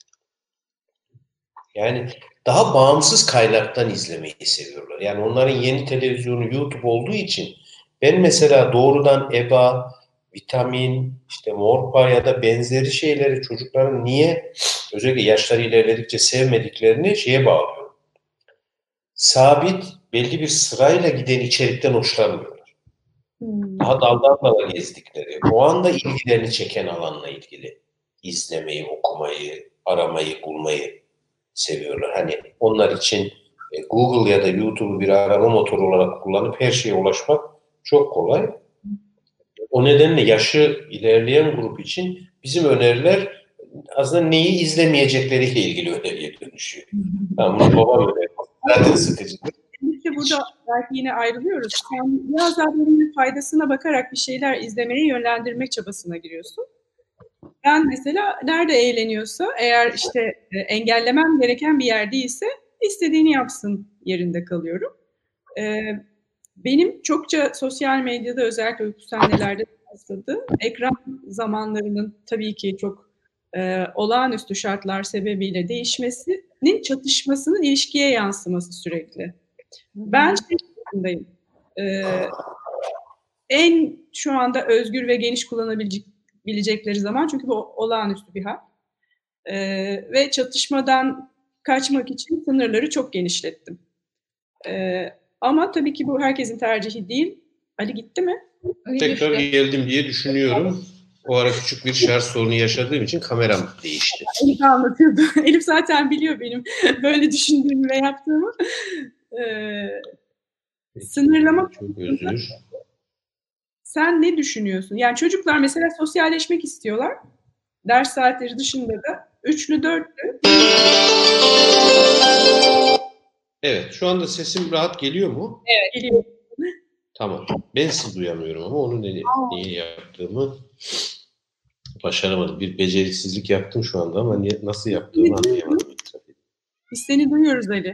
Yani daha bağımsız kaynaktan izlemeyi seviyorlar. Yani onların yeni televizyonu YouTube olduğu için ben mesela doğrudan EBA, vitamin, işte Morpa ya da benzeri şeyleri çocukların niye özellikle yaşları ilerledikçe sevmediklerini şeye bağlıyorum. Sabit belli bir sırayla giden içerikten hoşlanmıyorlar. Daha daldan dala gezdikleri, o anda ilgilerini çeken alanla ilgili izlemeyi, okumayı, aramayı, bulmayı seviyorlar. Hani onlar için Google ya da YouTube'u bir arama motoru olarak kullanıp her şeye ulaşmak çok kolay. O nedenle yaşı ilerleyen grup için bizim öneriler aslında neyi izlemeyecekleriyle ilgili öneriye dönüşüyor. Tamam, bunu babam öneriyor. Zaten sıkıcıdır. İşte burada belki yine ayrılıyoruz. Sen biraz daha böyle faydasına bakarak bir şeyler izlemeye yönlendirmek çabasına giriyorsun. Ben mesela nerede eğleniyorsa, eğer işte engellemem gereken bir yer değilse istediğini yapsın yerinde kalıyorum. Benim çokça sosyal medyada özellikle uykusuz annelerde rastladığım ekran zamanlarının tabii ki çok olağanüstü şartlar sebebiyle değişmesinin çatışmasının ilişkiye yansıması sürekli. Ben şey tarafındayım. En şu anda özgür ve geniş kullanabilecekleri zaman, çünkü bu olağanüstü bir hal. Ve çatışmadan kaçmak için sınırları çok genişlettim. Ama tabii ki bu herkesin tercihi değil. Ali gitti mi? Tekrar geldim diye düşünüyorum. O ara küçük bir şarj sorunu yaşadığım için kameram değişti. Elif anlatıyordu. Elif zaten biliyor benim böyle düşündüğümü ve yaptığımı. Sınırlama. Çok özür. Sen ne düşünüyorsun? Yani çocuklar mesela sosyalleşmek istiyorlar. Ders saatleri dışında da üçlü, dörtlü. Evet, şu anda sesim rahat geliyor mu? Evet, geliyor. Tamam. Ben sizi duyamıyorum ama onu niye yaptığımı başaramadım. Bir beceriksizlik yaptım şu anda ama nasıl yaptığımı anlayamadım. Biz seni duyuyoruz Ali.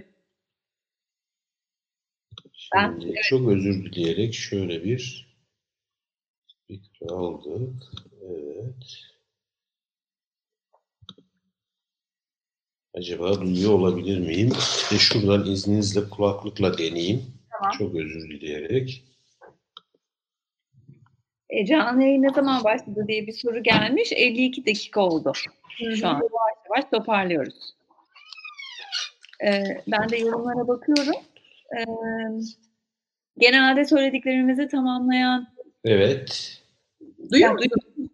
Şimdi çok özür dileyerek şöyle bir speaker aldık. Evet. Acaba duyuyor olabilir miyim? İşte şuradan izninizle kulaklıkla deneyeyim. Tamam. Çok özür dileyerek. Canlı yayın ne zaman başladı diye bir soru gelmiş. 52 dakika oldu. Şu an yavaş yavaş toparlıyoruz. Ben de yorumlara bakıyorum. Genelde söylediklerimizi tamamlayan... Evet. Duyuyor musun?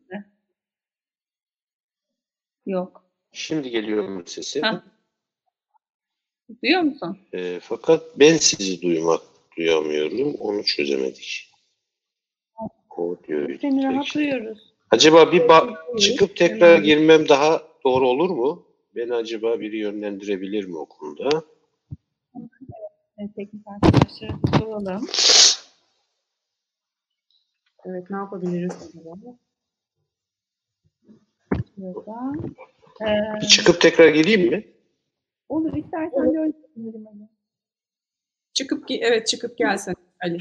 Yok. Şimdi geliyor mu sesim? Duyuyor musun? Fakat ben sizi duyamıyorum. Onu çözemedik. Seni rahat duyuyoruz. Acaba bir çıkıp tekrar girmem daha doğru olur mu? Beni acaba biri yönlendirebilir mi o konuda? Evet, teknik arkadaşlara soralım. Evet, ne yapabiliriz acaba? Bir çıkıp tekrar gireyim mi? Olur, istersen de öyle yapalım. Çıkıp gelsen Ali.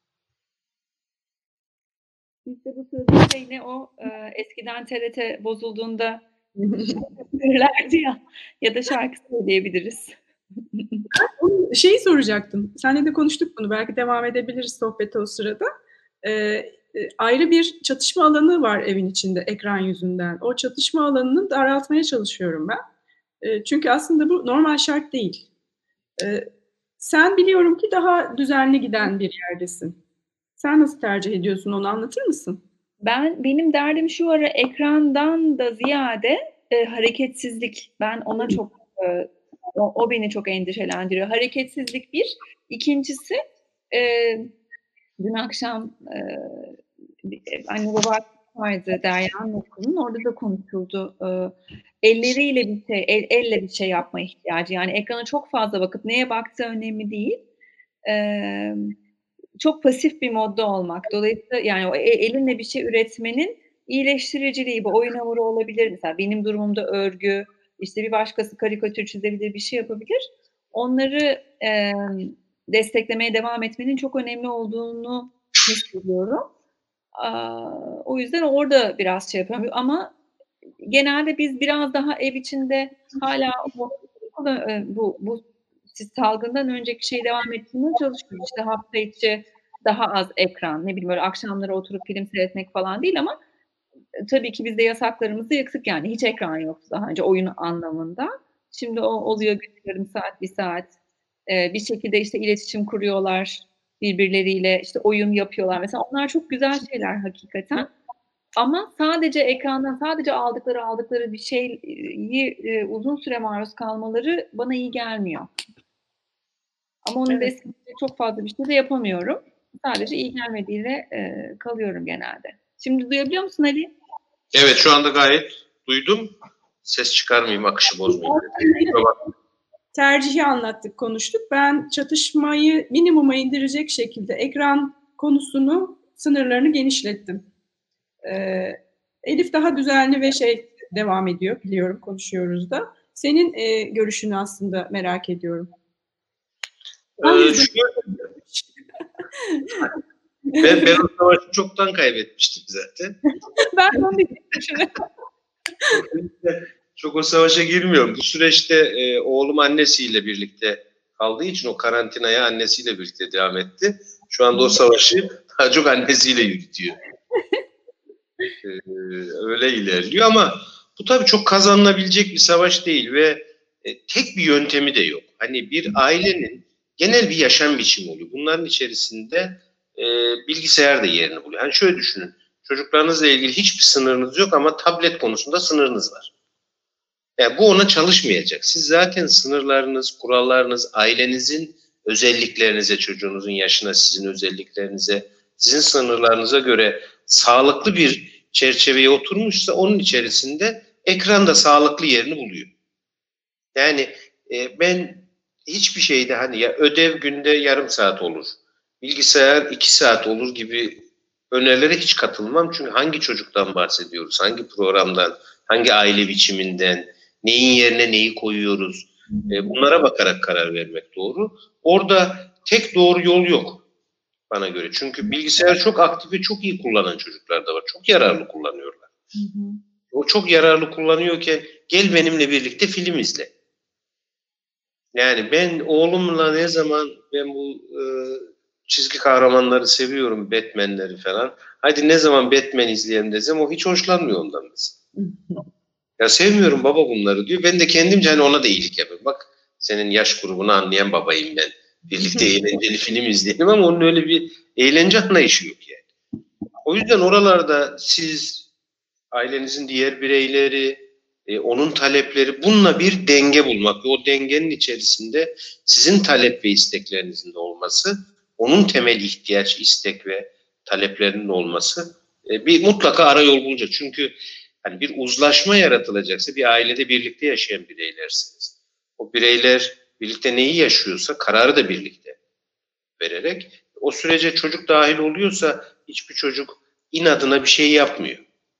İşte bu sözde yine o eskiden TRT bozulduğunda söylerlerdi ya da şarkı söyleyebiliriz. Şeyi soracaktım. Seninle de konuştuk bunu. Belki devam edebiliriz sohbete o sırada. Ayrı bir çatışma alanı var evin içinde ekran yüzünden. O çatışma alanını daraltmaya çalışıyorum ben. Çünkü aslında bu normal şart değil. Sen biliyorum ki daha düzenli giden bir yerdesin. Sen nasıl tercih ediyorsun, onu anlatır mısın? Benim derdim şu ara ekrandan da ziyade hareketsizlik. Ben ona çok o beni çok endişelendiriyor. Hareketsizlik bir. İkincisi dün akşam anne baba vardı Derya'nın okulunun, orada da konuşuldu. Elleriyle bir şey, elle bir şey yapma ihtiyacı. Yani ekrana çok fazla bakıp neye baktığı önemli değil. Çok pasif bir modda olmak. Dolayısıyla yani o elinle bir şey üretmenin iyileştiriciliği, bu oyun hamuru olabilir. Mesela benim durumumda örgü, işte bir başkası karikatür çizebilir, bir şey yapabilir. Onları desteklemeye devam etmenin çok önemli olduğunu hissediyorum. O yüzden orada biraz şey yapıyorum ama genelde biz biraz daha ev içinde hâlâ bu salgından önceki şeyi devam ettirmeye çalışıyoruz. İşte hafta içi daha az ekran, ne bileyim, böyle akşamları oturup film seyretmek falan değil ama tabii ki biz de yasaklarımızı yıktık yani. Hiç ekran yoktu daha önce oyun anlamında. Şimdi o oluyor yarım saat, 1 saat. Bir şekilde işte iletişim kuruyorlar birbirleriyle, işte oyun yapıyorlar. Mesela onlar çok güzel şeyler hakikaten. Ama sadece ekrandan, sadece aldıkları bir şeyi uzun süre maruz kalmaları bana iyi gelmiyor. Ama onu destekleyecek çok fazla bir şey de yapamıyorum. Sadece iyi gelmediğiyle kalıyorum genelde. Şimdi duyabiliyor musun Ali? Evet, şu anda gayet duydum. Ses çıkarmayayım, akışı bozmayayım. Tercihi anlattık, konuştuk. Ben çatışmayı minimuma indirecek şekilde ekran konusunu, sınırlarını genişlettim. Elif daha düzenli ve devam ediyor, biliyorum, konuşuyoruz da. Senin görüşünü aslında merak ediyorum. Ben o savaşı çoktan kaybetmiştim zaten. Ben onu düşünüyorum. Çok o savaşa girmiyorum. Bu süreçte oğlum annesiyle birlikte kaldığı için o karantinaya annesiyle birlikte devam etti. Şu anda o savaşı daha çok annesiyle yürütüyor. Öyle ilerliyor ama bu tabii çok kazanılabilecek bir savaş değil ve tek bir yöntemi de yok. Hani bir ailenin genel bir yaşam biçimi oluyor. Bunların içerisinde bilgisayar da yerini buluyor. Hani şöyle düşünün. Çocuklarınızla ilgili hiçbir sınırınız yok ama tablet konusunda sınırınız var. Yani bu ona çalışmayacak. Siz zaten sınırlarınız, kurallarınız, ailenizin özelliklerinize, çocuğunuzun yaşına, sizin özelliklerinize, sizin sınırlarınıza göre sağlıklı bir çerçeveye oturmuşsa onun içerisinde ekran da sağlıklı yerini buluyor. Yani ben hiçbir şeyde hani ya ödev günde yarım saat olur, bilgisayar 2 saat olur gibi önerilere hiç katılmam. Çünkü hangi çocuktan bahsediyoruz, hangi programdan, hangi aile biçiminden, neyin yerine neyi koyuyoruz, bunlara bakarak karar vermek doğru. Orada tek doğru yol yok bana göre. Çünkü bilgisayar çok aktif ve çok iyi kullanan çocuklar da var. Çok yararlı kullanıyorlar. O çok yararlı kullanıyorken gel benimle birlikte film izle. Yani ben oğlumla ne zaman ben bu çizgi kahramanları seviyorum, Batman'leri falan. Hadi ne zaman Batman izleyelim desem o hiç hoşlanmıyor ondan mesela. Ya sevmiyorum baba bunları diyor. Ben de kendimce hani ona da iyilik yapıyorum. Bak senin yaş grubunu anlayan babayım ben. Birlikte eğlenceli film izleyelim ama onun öyle bir eğlence anlayışı yok yani. O yüzden oralarda siz, ailenizin diğer bireyleri, onun talepleri, bununla bir denge bulmak ve o dengenin içerisinde sizin talep ve isteklerinizin de olması, onun temel ihtiyaç, istek ve taleplerinin olması bir mutlaka ara yol bulacak. Çünkü hani bir uzlaşma yaratılacaksa bir ailede birlikte yaşayan bireylersiniz. O bireyler birlikte neyi yaşıyorsa kararı da birlikte vererek o sürece çocuk dahil oluyorsa hiçbir çocuk inadına bir şey yapmıyor.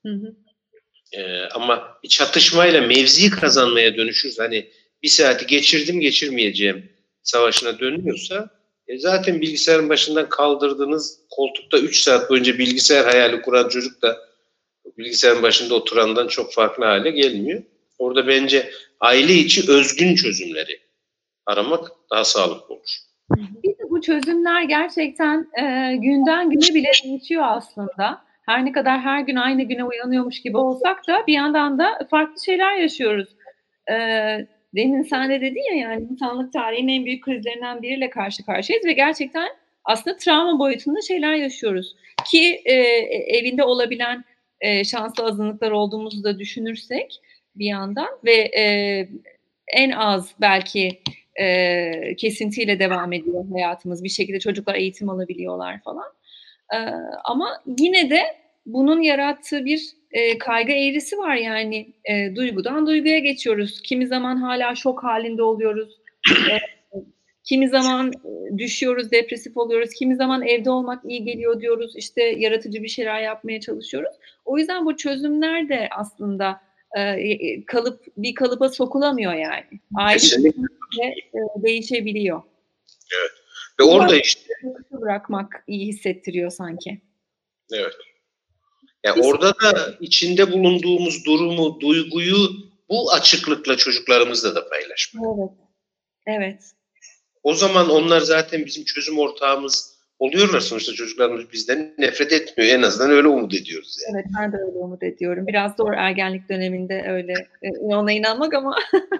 Ama bir çatışmayla mevzi kazanmaya dönüşürse hani bir saati geçirdim geçirmeyeceğim savaşına dönüyorsa zaten bilgisayarın başından kaldırdığınız koltukta 3 saat boyunca bilgisayar hayali kuran çocuk da bilgisayarın başında oturandan çok farklı hale gelmiyor. Orada bence aile içi özgün çözümleri aramak daha sağlıklı olur. Bir de bu çözümler gerçekten günden güne bile değişiyor aslında. Her ne kadar her gün aynı güne uyanıyormuş gibi olsak da bir yandan da farklı şeyler yaşıyoruz. Demin sen de dedin ya, yani insanlık tarihinin en büyük krizlerinden biriyle karşı karşıyayız ve gerçekten aslında travma boyutunda şeyler yaşıyoruz. Ki evinde olabilen şanslı azınlıklar olduğumuzu da düşünürsek bir yandan ve en az belki kesintiyle devam ediyor hayatımız. Bir şekilde çocuklar eğitim alabiliyorlar falan. Ama yine de bunun yarattığı bir kaygı eğrisi var yani. Duygudan duyguya geçiyoruz. Kimi zaman hala şok halinde oluyoruz. Kimi zaman düşüyoruz, depresif oluyoruz. Kimi zaman evde olmak iyi geliyor diyoruz. İşte yaratıcı bir şeyler yapmaya çalışıyoruz. O yüzden bu çözümler de aslında bir kalıba sokulamıyor yani. Aile değişebiliyor. Evet. Ve orada işte bırakmak iyi hissettiriyor sanki. evet. Yani orada da içinde bulunduğumuz durumu, duyguyu bu açıklıkla çocuklarımızla da paylaşmak. Evet. Evet. O zaman onlar zaten bizim çözüm ortağımız oluyorlar. Sonuçta çocuklarımız bizden nefret etmiyor. En azından öyle umut ediyoruz yani. Evet, ben de öyle umut ediyorum. Biraz zor ergenlik döneminde öyle ona inanmak ama.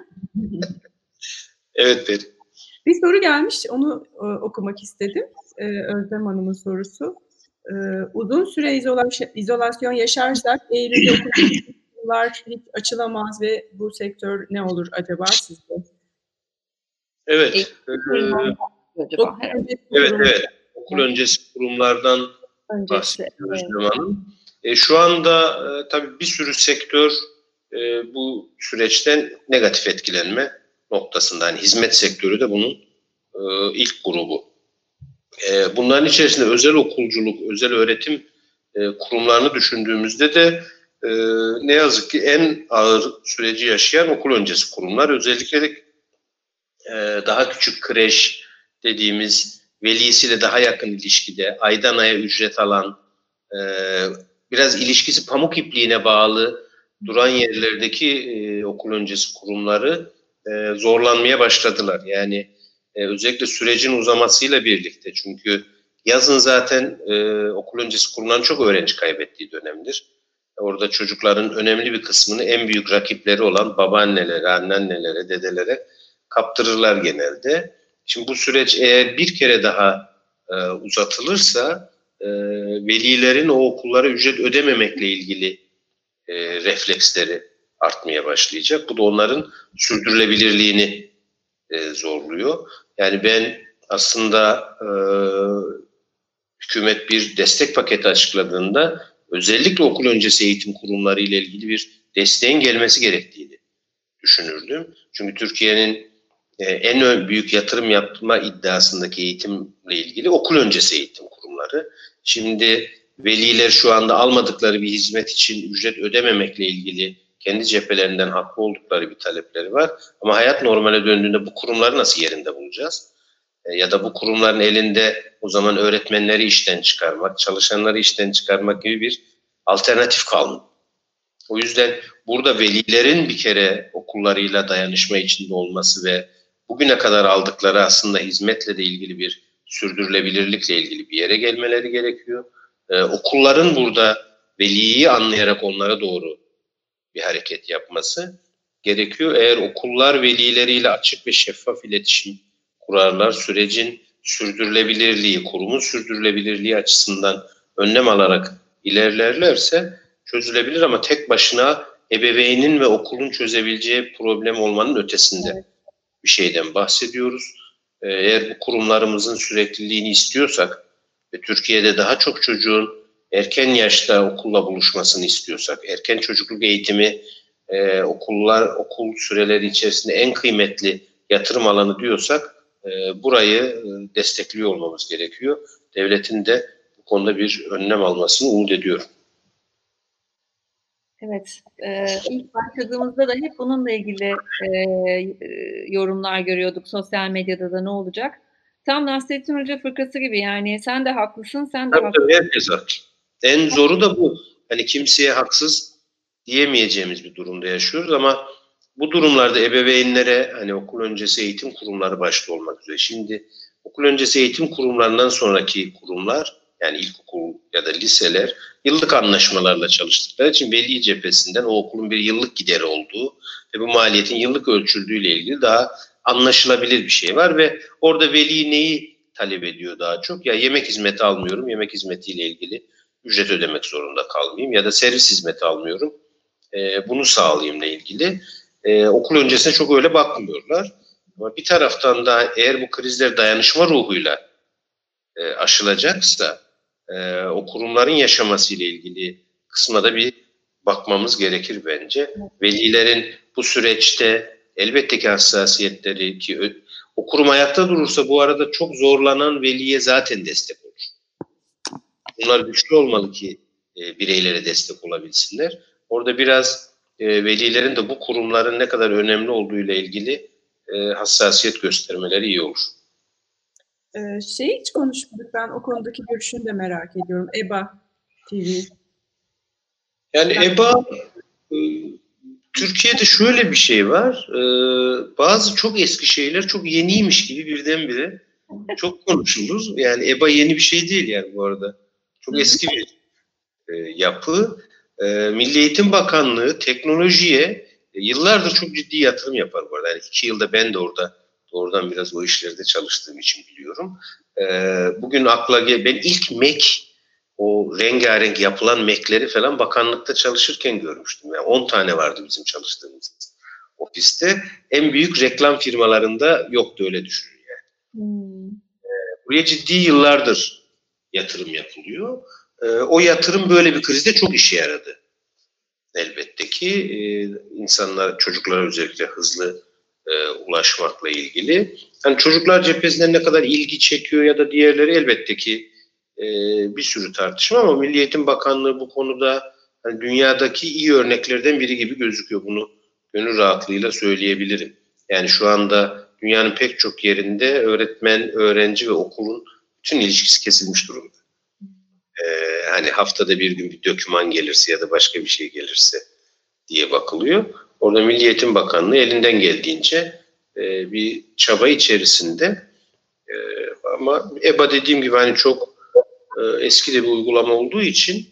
Evet Peri. Bir soru gelmiş, onu okumak istedim. Özlem Hanım'ın sorusu. Uzun süre izolasyon yaşarsak Eylül'de okullar hiç açılamaz ve bu sektör ne olur acaba sizce? Evet. Acaba? Evet. Okul öncesi kurumlardan bahsediyoruz Özlem Hanım. Şu anda tabii bir sürü sektör bu süreçten negatif etkilenme noktasında. Yani hizmet sektörü de bunun ilk grubu. Bunların içerisinde özel okulculuk, özel öğretim kurumlarını düşündüğümüzde de ne yazık ki en ağır süreci yaşayan okul öncesi kurumlar. Özellikle de daha küçük kreş dediğimiz velisiyle daha yakın ilişkide, aydan aya ücret alan, biraz ilişkisi pamuk ipliğine bağlı duran yerlerdeki okul öncesi kurumları zorlanmaya başladılar. Yani özellikle sürecin uzamasıyla birlikte, çünkü yazın zaten okul öncesi kurumların çok öğrenci kaybettiği dönemdir. Orada çocukların önemli bir kısmını en büyük rakipleri olan babaannelere, anneannelere, dedelere kaptırırlar genelde. Şimdi bu süreç eğer bir kere daha uzatılırsa velilerin o okullara ücret ödememekle ilgili refleksleri artmaya başlayacak. Bu da onların sürdürülebilirliğini zorluyor. Yani ben aslında hükümet bir destek paketi açıkladığında özellikle okul öncesi eğitim kurumları ile ilgili bir desteğin gelmesi gerektiğini düşünürdüm. Çünkü Türkiye'nin en büyük yatırım yapma iddiasındaki eğitimle ilgili okul öncesi eğitim kurumları. Şimdi veliler şu anda almadıkları bir hizmet için ücret ödememekle ilgili kendi cephelerinden haklı oldukları bir talepleri var. Ama hayat normale döndüğünde bu kurumları nasıl yerinde bulacağız? Ya da bu kurumların elinde o zaman öğretmenleri işten çıkarmak, çalışanları işten çıkarmak gibi bir alternatif kalmıyor. O yüzden burada velilerin bir kere okullarıyla dayanışma içinde olması ve bugüne kadar aldıkları aslında hizmetle de ilgili bir sürdürülebilirlikle ilgili bir yere gelmeleri gerekiyor. Okulların burada veliyi anlayarak onlara doğru bir hareket yapması gerekiyor. Eğer okullar velileriyle açık ve şeffaf iletişim kurarlar, sürecin sürdürülebilirliği, kurumun sürdürülebilirliği açısından önlem alarak ilerlerlerse çözülebilir, ama tek başına ebeveynin ve okulun çözebileceği problem olmanın ötesinde bir şeyden bahsediyoruz. Eğer bu kurumlarımızın sürekliliğini istiyorsak ve Türkiye'de daha çok çocuğun erken yaşta okulla buluşmasını istiyorsak, erken çocukluk eğitimi okul süreleri içerisinde en kıymetli yatırım alanı diyorsak burayı destekliyor olmamız gerekiyor. Devletin de bu konuda bir önlem almasını umut ediyorum. Evet, ilk başladığımızda da hep bununla ilgili yorumlar görüyorduk sosyal medyada da ne olacak. Tam Nasrettin Hoca fırkası gibi, yani sen de haklısın, sen de haklısın. Herkes haklı. En zoru da bu. Hani kimseye haksız diyemeyeceğimiz bir durumda yaşıyoruz, ama bu durumlarda ebeveynlere hani okul öncesi eğitim kurumları başta olmak üzere, şimdi okul öncesi eğitim kurumlarından sonraki kurumlar, yani ilkokul ya da liseler yıllık anlaşmalarla çalıştıkları için veli cephesinden o okulun bir yıllık gideri olduğu ve bu maliyetin yıllık ölçüldüğüyle ilgili daha anlaşılabilir bir şey var ve orada veli neyi talep ediyor daha çok? Ya yemek hizmeti almıyorum, yemek hizmetiyle ilgili ücret ödemek zorunda kalmayayım, ya da servis hizmeti almıyorum, bunu sağlayayımla ilgili. Okul öncesine çok öyle bakmıyorlar. Ama bir taraftan da eğer bu krizler dayanışma ruhuyla aşılacaksa o kurumların yaşamasıyla ilgili kısma da bir bakmamız gerekir bence. Velilerin bu süreçte elbette ki hassasiyetleri, ki o kurum ayakta durursa bu arada çok zorlanan veliye zaten destek olur. Bunlar güçlü olmalı ki bireylere destek olabilsinler. Orada biraz velilerin de bu kurumların ne kadar önemli olduğuyla ilgili hassasiyet göstermeleri iyi olur. Şey hiç konuşmadık. Ben o konudaki görüşünü de merak ediyorum. EBA TV. Yani EBA, Türkiye'de şöyle bir şey var. Bazı çok eski şeyler çok yeniymiş gibi birdenbire çok konuşulur. Yani EBA yeni bir şey değil yani bu arada. Çok eski bir yapı. Milli Eğitim Bakanlığı teknolojiye yıllardır çok ciddi yatırım yapar bu arada. Yani 2 yılda ben de oradan biraz o işlerde çalıştığım için biliyorum. Bugün ben ilk Mac, o rengarenk yapılan Mac'leri falan bakanlıkta çalışırken görmüştüm. Yani 10 tane vardı bizim çalıştığımız ofiste. En büyük reklam firmalarında yoktu, öyle düşünün yani. Buraya ciddi yıllardır yatırım yapılıyor. O yatırım böyle bir krizde çok işe yaradı. Elbette ki insanlar, çocuklara özellikle hızlı ulaşmakla ilgili. Yani çocuklar cephesinden ne kadar ilgi çekiyor ya da diğerleri, elbette ki bir sürü tartışma, ama Milli Eğitim Bakanlığı bu konuda yani dünyadaki iyi örneklerden biri gibi gözüküyor. Bunu gönül rahatlığıyla söyleyebilirim. Yani şu anda dünyanın pek çok yerinde öğretmen, öğrenci ve okulun bütün ilişkisi kesilmiş durumda. Hani haftada bir gün bir doküman gelirse ya da başka bir şey gelirse diye bakılıyor. Orada Milli Eğitim Bakanlığı elinden geldiğince bir çaba içerisinde, ama EBA dediğim gibi hani çok eski de bir uygulama olduğu için,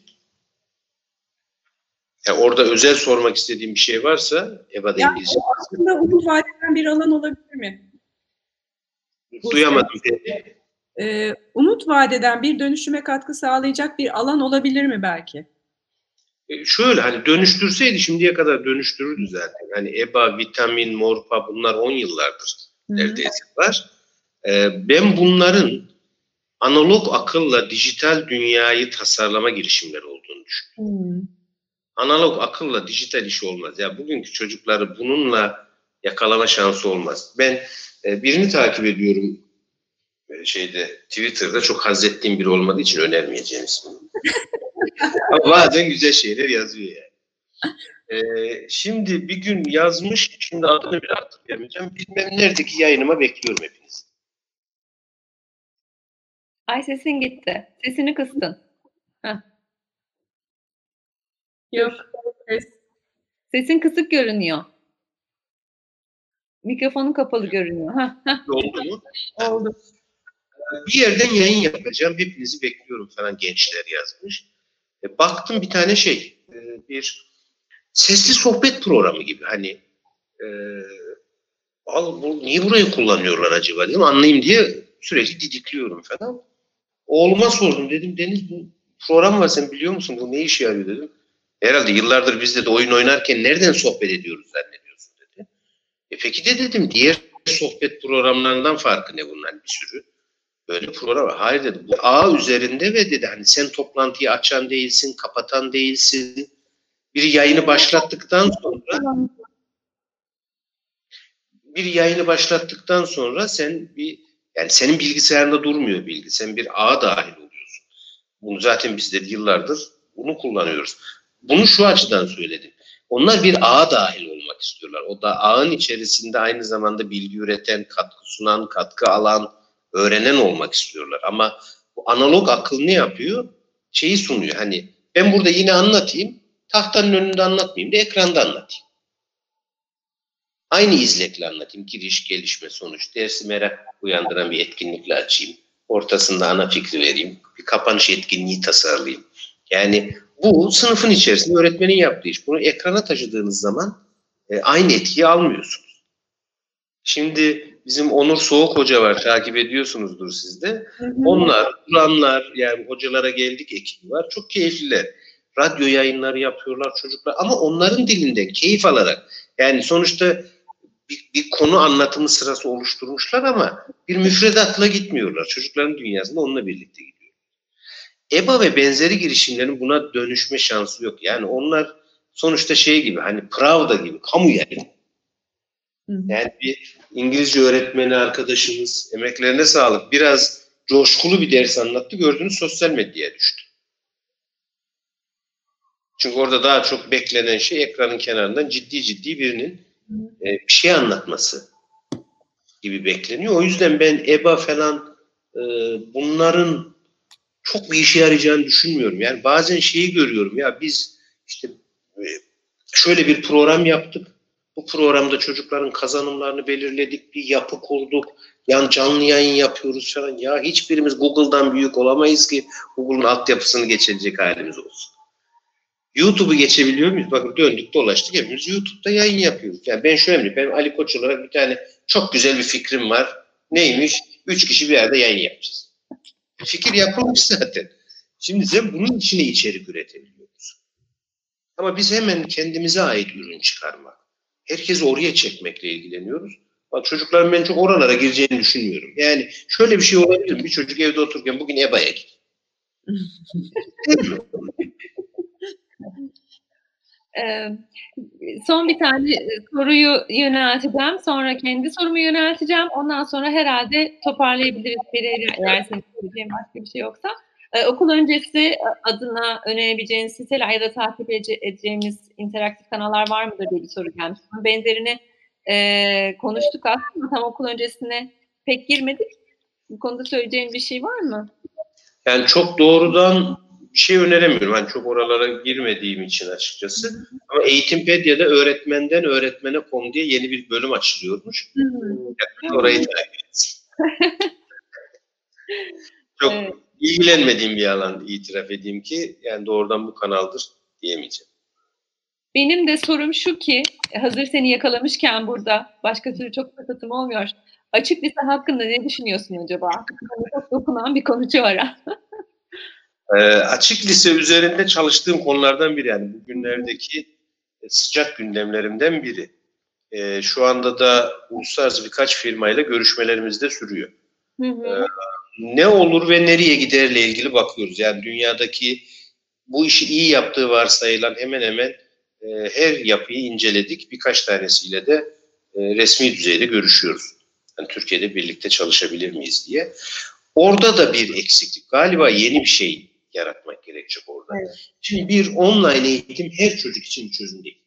yani orada özel sormak istediğim bir şey varsa EBA'da Yani İngilizce. aslında umut vaat eden bir alan olabilir mi? Duyamadım. Umut vaat eden, bir dönüşüme katkı sağlayacak bir alan olabilir mi belki? Şöyle, hani dönüştürseydi şimdiye kadar dönüştürürdü zaten. Hani EBA, Vitamin, Morpa, bunlar 10 yıllardır neredeyse var. Ben bunların analog akılla dijital dünyayı tasarlama girişimleri olduğunu düşünüyorum. Analog akılla dijital iş olmaz. Ya bugünkü çocukları bununla yakalama şansı olmaz. Ben birini takip ediyorum Twitter'da, çok haz ettiğim biri olmadığı için önermeyeceğim ismini. Ama bazen güzel şeyler yazıyor yani. Şimdi bir gün yazmış, şimdi adını bile hatırlayamayacağım. Bilmem neredeki yayınıma bekliyorum hepinizi. Ay, sesin gitti. Sesini kıstın. Heh. Yok. Sesin kısık görünüyor. Mikrofonun kapalı görünüyor. Oldu mu? Oldu. Bir yerden yayın yapacağım, hepinizi bekliyorum falan gençler yazmış. Baktım bir tane bir sesli sohbet programı gibi, hani niye burayı kullanıyorlar acaba dedim, anlayayım diye sürekli didikliyorum falan. Oğluma sordum, dedim Deniz, bu program var, sen biliyor musun, bu ne işe yarıyor dedim. Herhalde yıllardır biz de oyun oynarken nereden sohbet ediyoruz zannediyorsun dedi. Peki de dedim, diğer sohbet programlarından farkı ne bunların, bir sürü böyle program var. Hayır dedi, bu ağ üzerinde ve dedi hani sen toplantıyı açan değilsin, kapatan değilsin. Bir yayını başlattıktan sonra yani senin bilgisayarında durmuyor bilgi. Sen bir ağa dahil oluyorsun. Bunu zaten biz de yıllardır bunu kullanıyoruz. Bunu şu açıdan söyledim. Onlar bir ağa dahil olmak istiyorlar. O da ağın içerisinde aynı zamanda bilgi üreten, katkı sunan, katkı alan, öğrenen olmak istiyorlar. Ama bu analog akıl ne yapıyor? Şeyi sunuyor. Hani ben burada yine anlatayım, tahtanın önünde anlatmayayım da ekranda anlatayım. Aynı izlekle anlatayım. Giriş, gelişme, sonuç. Dersi merak uyandıran bir etkinlikle açayım. Ortasında ana fikri vereyim. Bir kapanış etkinliği tasarlayayım. Yani bu sınıfın içerisinde öğretmenin yaptığı iş. Bunu ekrana taşıdığınız zaman aynı etkiyi almıyorsunuz. Şimdi bizim Onur Soğuk Hoca var. Takip ediyorsunuzdur siz de. Onlar, kuranlar, yani hocalara geldik ekibi var. Çok keyifliler. Radyo yayınları yapıyorlar çocuklar. Ama onların dilinden keyif alarak. Yani sonuçta bir konu anlatımı sırası oluşturmuşlar ama bir müfredatla gitmiyorlar. Çocukların dünyasında onunla birlikte gidiyor. EBA ve benzeri girişimlerin buna dönüşme şansı yok. Yani onlar sonuçta gibi, hani Pravda gibi kamu yayını. Yani bir İngilizce öğretmeni arkadaşımız, emeklerine sağlık, biraz coşkulu bir ders anlattı. Gördüğünüz sosyal medyaya düştü. Çünkü orada daha çok beklenen ekranın kenarından ciddi birinin bir şey anlatması gibi bekleniyor. O yüzden ben EBA falan bunların çok bir işe yarayacağını düşünmüyorum. Yani bazen şeyi görüyorum, ya biz işte şöyle bir program yaptık. Bu programda çocukların kazanımlarını belirledik, bir yapı kurduk. Yani canlı yayın yapıyoruz falan. Ya hiçbirimiz Google'dan büyük olamayız ki Google'un altyapısını geçirecek halimiz olsun. YouTube'u geçebiliyor muyuz? Bakın döndük dolaştık, hepimiz YouTube'da yayın yapıyoruz. Yani ben şöyle, benim Ali Koç olarak bir tane çok güzel bir fikrim var. Neymiş? 3 kişi bir yerde yayın yapacağız. Fikir yapılmış zaten. Şimdi sen bunun içine içerik üretebiliyorsun. Ama biz hemen kendimize ait ürün çıkarmak, herkesi oraya çekmekle ilgileniyoruz. Bak, çocukların ben çok oralara gireceğini düşünmüyorum. Yani şöyle bir şey olabilir mi? Bir çocuk evde otururken bugün EBA'ya gidiyor. Son bir tane soruyu yönelteceğim. Sonra kendi sorumu yönelteceğim. Ondan sonra herhalde toparlayabiliriz. Eğer senin söyleyeceğin başka bir şey yoksa. Okul öncesi adına önerebileceğiniz siteler ya da takip edeceğimiz interaktif kanallar var mıdır diye bir soru gelmiş. Benzerini konuştuk aslında. Tam okul öncesine pek girmedik. Bu konuda söyleyeceğin bir şey var mı? Yani çok doğrudan bir şey öneremiyorum. Yani çok oralara girmediğim için açıkçası. Ama Eğitimpedia'da öğretmenden öğretmene.com diye yeni bir bölüm açılıyormuş. Orayı takip etsin. Çok ilgilenmediğim bir alan, itiraf edeyim ki, yani doğrudan bu kanaldır diyemeyeceğim. Benim de sorum şu ki, hazır seni yakalamışken burada başka türlü çok fırsatım olmuyor. Açık lise hakkında ne düşünüyorsun acaba? Bana çok dokunan bir konu şu ara. Açık lise üzerinde çalıştığım konulardan biri, yani bugünlerdeki sıcak gündemlerimden biri. Şu anda da uluslararası birkaç firmayla görüşmelerimiz de sürüyor. Ne olur ve nereye giderle ilgili bakıyoruz. Yani dünyadaki bu işi iyi yaptığı varsayılan hemen hemen her yapıyı inceledik. Birkaç tanesiyle de resmi düzeyde görüşüyoruz. Yani Türkiye'de birlikte çalışabilir miyiz diye. Orada da bir eksiklik. Galiba yeni bir şey yaratmak gerekecek orada. Evet. Şimdi bir online eğitim her çocuk için bir çözüm değil.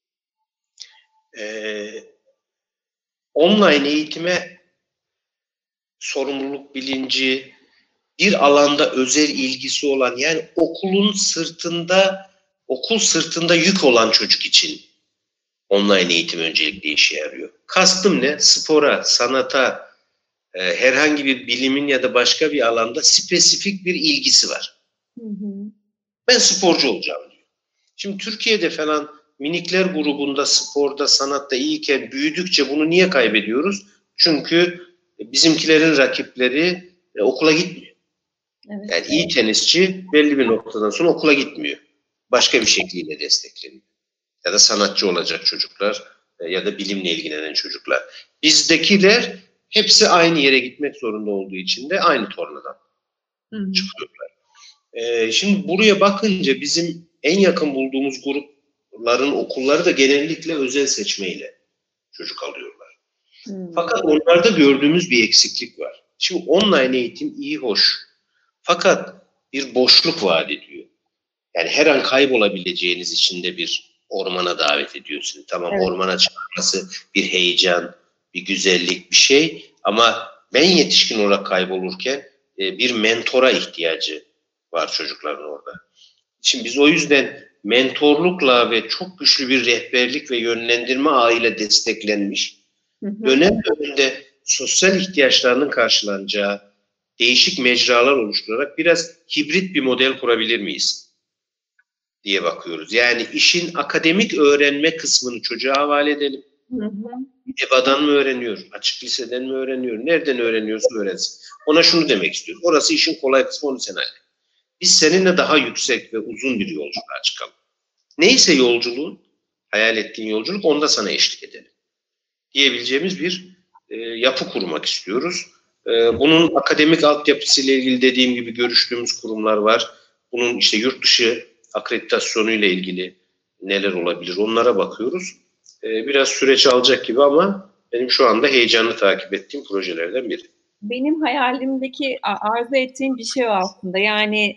Online eğitime sorumluluk bilinci, bir alanda özel ilgisi olan, yani okul sırtında yük olan çocuk için online eğitim öncelikle işe yarıyor. Kastım ne? Spora, sanata, herhangi bir bilimin ya da başka bir alanda spesifik bir ilgisi var. Ben sporcu olacağım diyor. Şimdi Türkiye'de falan minikler grubunda sporda, sanatta iyiyken büyüdükçe bunu niye kaybediyoruz? Çünkü bizimkilerin rakipleri okula gitmiyor. Evet. Yani iyi tenisçi belli bir noktadan sonra okula gitmiyor. Başka bir şekliyle destekleniyor. Ya da sanatçı olacak çocuklar ya da bilimle ilgilenen çocuklar. Bizdekiler hepsi aynı yere gitmek zorunda olduğu için de aynı tornadan çıkıyorlar. Şimdi buraya bakınca bizim en yakın bulduğumuz grupların okulları da genellikle özel seçmeyle çocuk alıyorlar. Fakat onlarda gördüğümüz bir eksiklik var. Şimdi online eğitim iyi, hoş. Fakat bir boşluk vaat ediyor. Yani her an kaybolabileceğiniz için de bir ormana davet ediyorsun. Tamam, evet. Ormana çıkması bir heyecan, bir güzellik, bir şey. Ama ben yetişkin olarak kaybolurken bir mentora ihtiyacı var çocukların orada. Şimdi biz o yüzden mentorlukla ve çok güçlü bir rehberlik ve yönlendirme ağıyla desteklenmiş, dönem döneminde sosyal ihtiyaçlarının karşılanacağı değişik mecralar oluşturarak biraz hibrit bir model kurabilir miyiz diye bakıyoruz. Yani işin akademik öğrenme kısmını çocuğa havale edelim. EBA'dan mı öğreniyor, açık liseden mi öğreniyor, nereden öğreniyorsa öğrensin. Ona şunu demek istiyorum. Orası işin kolay kısmı, onu sen hallet. Biz seninle daha yüksek ve uzun bir yolculuğa çıkalım. Neyse yolculuğun, hayal ettiğin yolculuk, onda sana eşlik edelim diyebileceğimiz bir yapı kurmak istiyoruz. Bunun akademik altyapısıyla ilgili dediğim gibi görüştüğümüz kurumlar var. Bunun işte yurt dışı akreditasyonu ile ilgili neler olabilir, onlara bakıyoruz. Biraz süreç alacak gibi ama benim şu anda heyecanlı takip ettiğim projelerden biri. Benim hayalimdeki, arzu ettiğim bir şey o aslında. Yani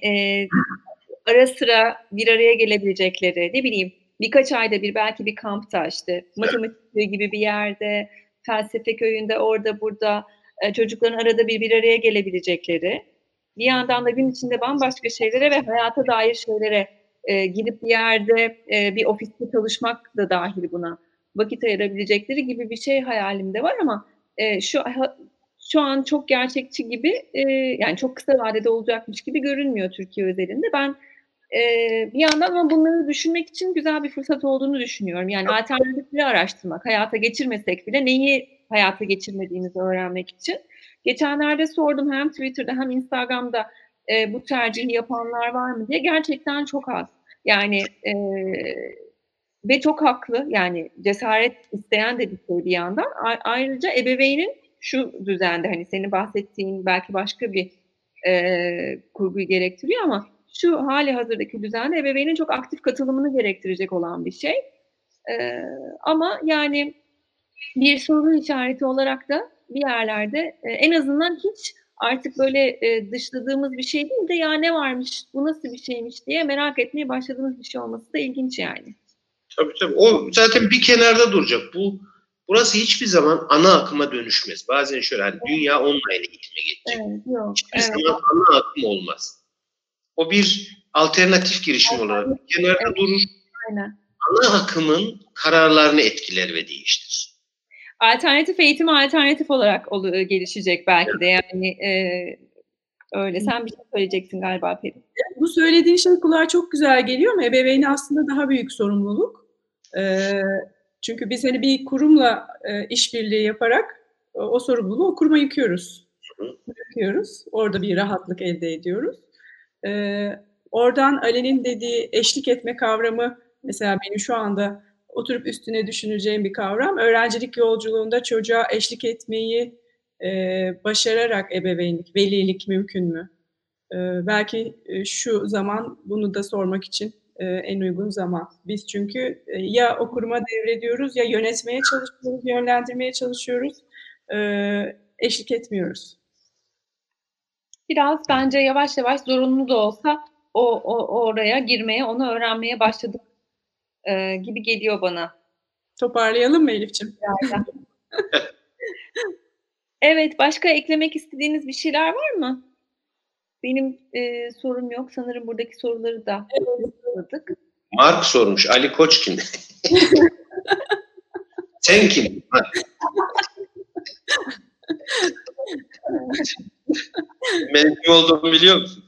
ara sıra bir araya gelebilecekleri, ne bileyim, birkaç ayda bir, belki bir kampta, işte matematik gibi bir yerde, felsefe köyünde, orada burada çocukların arada bir araya gelebilecekleri, bir yandan da gün içinde bambaşka şeylere ve hayata dair şeylere gidip bir yerde bir ofiste çalışmak da dahil buna vakit ayırabilecekleri gibi bir şey hayalimde var ama şu an çok gerçekçi gibi yani çok kısa vadede olacakmış gibi görünmüyor Türkiye özelinde. Ben bir yandan ama bunları düşünmek için güzel bir fırsat olduğunu düşünüyorum. Yani alternatifleri araştırmak, hayata geçirmesek bile neyi hayata geçirmediğimizi öğrenmek için. Geçenlerde sordum hem Twitter'da hem Instagram'da bu tercihi yapanlar var mı diye. Gerçekten çok az. Yani ve çok haklı. Yani cesaret isteyen de bir şey bir yandan. Ayrıca ebeveynin şu düzende hani senin bahsettiğin belki başka bir kurguyu gerektiriyor ama şu hali hazırdaki düzende ebeveynin çok aktif katılımını gerektirecek olan bir şey. Ama yani bir soru işareti olarak da bir yerlerde en azından hiç artık böyle dışladığımız bir şey değil de ya ne varmış, bu nasıl bir şeymiş diye merak etmeye başladığımız bir şey olması da ilginç yani. Tabii. O zaten bir kenarda duracak. Burası hiçbir zaman ana akıma dönüşmez. Bazen şöyle hani dünya online eğitime geçecek. Evet, yok. Hiçbir zaman ana akım olmaz. O bir alternatif girişim olarak kenarda durur. Aynen. Ana akımın kararlarını etkiler ve değiştirir. Alternatif eğitim alternatif olarak gelişecek belki de yani öyle. Sen bir şey söyleyeceksin galiba Peri. Bu söylediğin şey kulağa çok güzel geliyor ama ebeveyni aslında daha büyük sorumluluk. Çünkü biz hani bir kurumla işbirliği yaparak o sorumluluğu o kuruma yıkıyoruz. Orada bir rahatlık elde ediyoruz. Oradan Ali'nin dediği eşlik etme kavramı mesela benim şu anda oturup üstüne düşüneceğim bir kavram. Öğrencilik yolculuğunda çocuğa eşlik etmeyi başararak ebeveynlik, velilik mümkün mü? Belki şu zaman bunu da sormak için en uygun zaman. Biz çünkü ya o kuruma devrediyoruz ya yönetmeye çalışıyoruz, yönlendirmeye çalışıyoruz, eşlik etmiyoruz. Biraz bence yavaş yavaş zorunlu da olsa oraya girmeye, onu öğrenmeye başladık gibi geliyor bana. Toparlayalım mı Elif'ciğim? Evet, başka eklemek istediğiniz bir şeyler var mı? Benim sorum yok. Sanırım buradaki soruları da sorduk. Mark sormuş. Ali Koç kim? Sen kim? Benim kim olduğumu biliyor musun?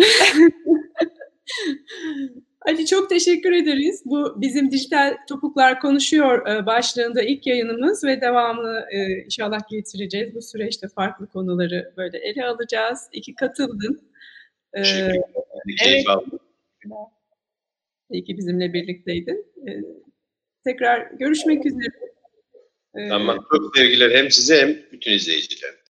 Ali çok teşekkür ederiz. Bu bizim Dijital Topuklar Konuşuyor başlığında ilk yayınımız ve devamını inşallah getireceğiz. Bu süreçte farklı konuları böyle ele alacağız. İyi ki katıldın. Evet. İyi ki bizimle birlikteydin. Tekrar görüşmek üzere. Tamam. Çok sevgiler hem size hem bütün izleyiciler.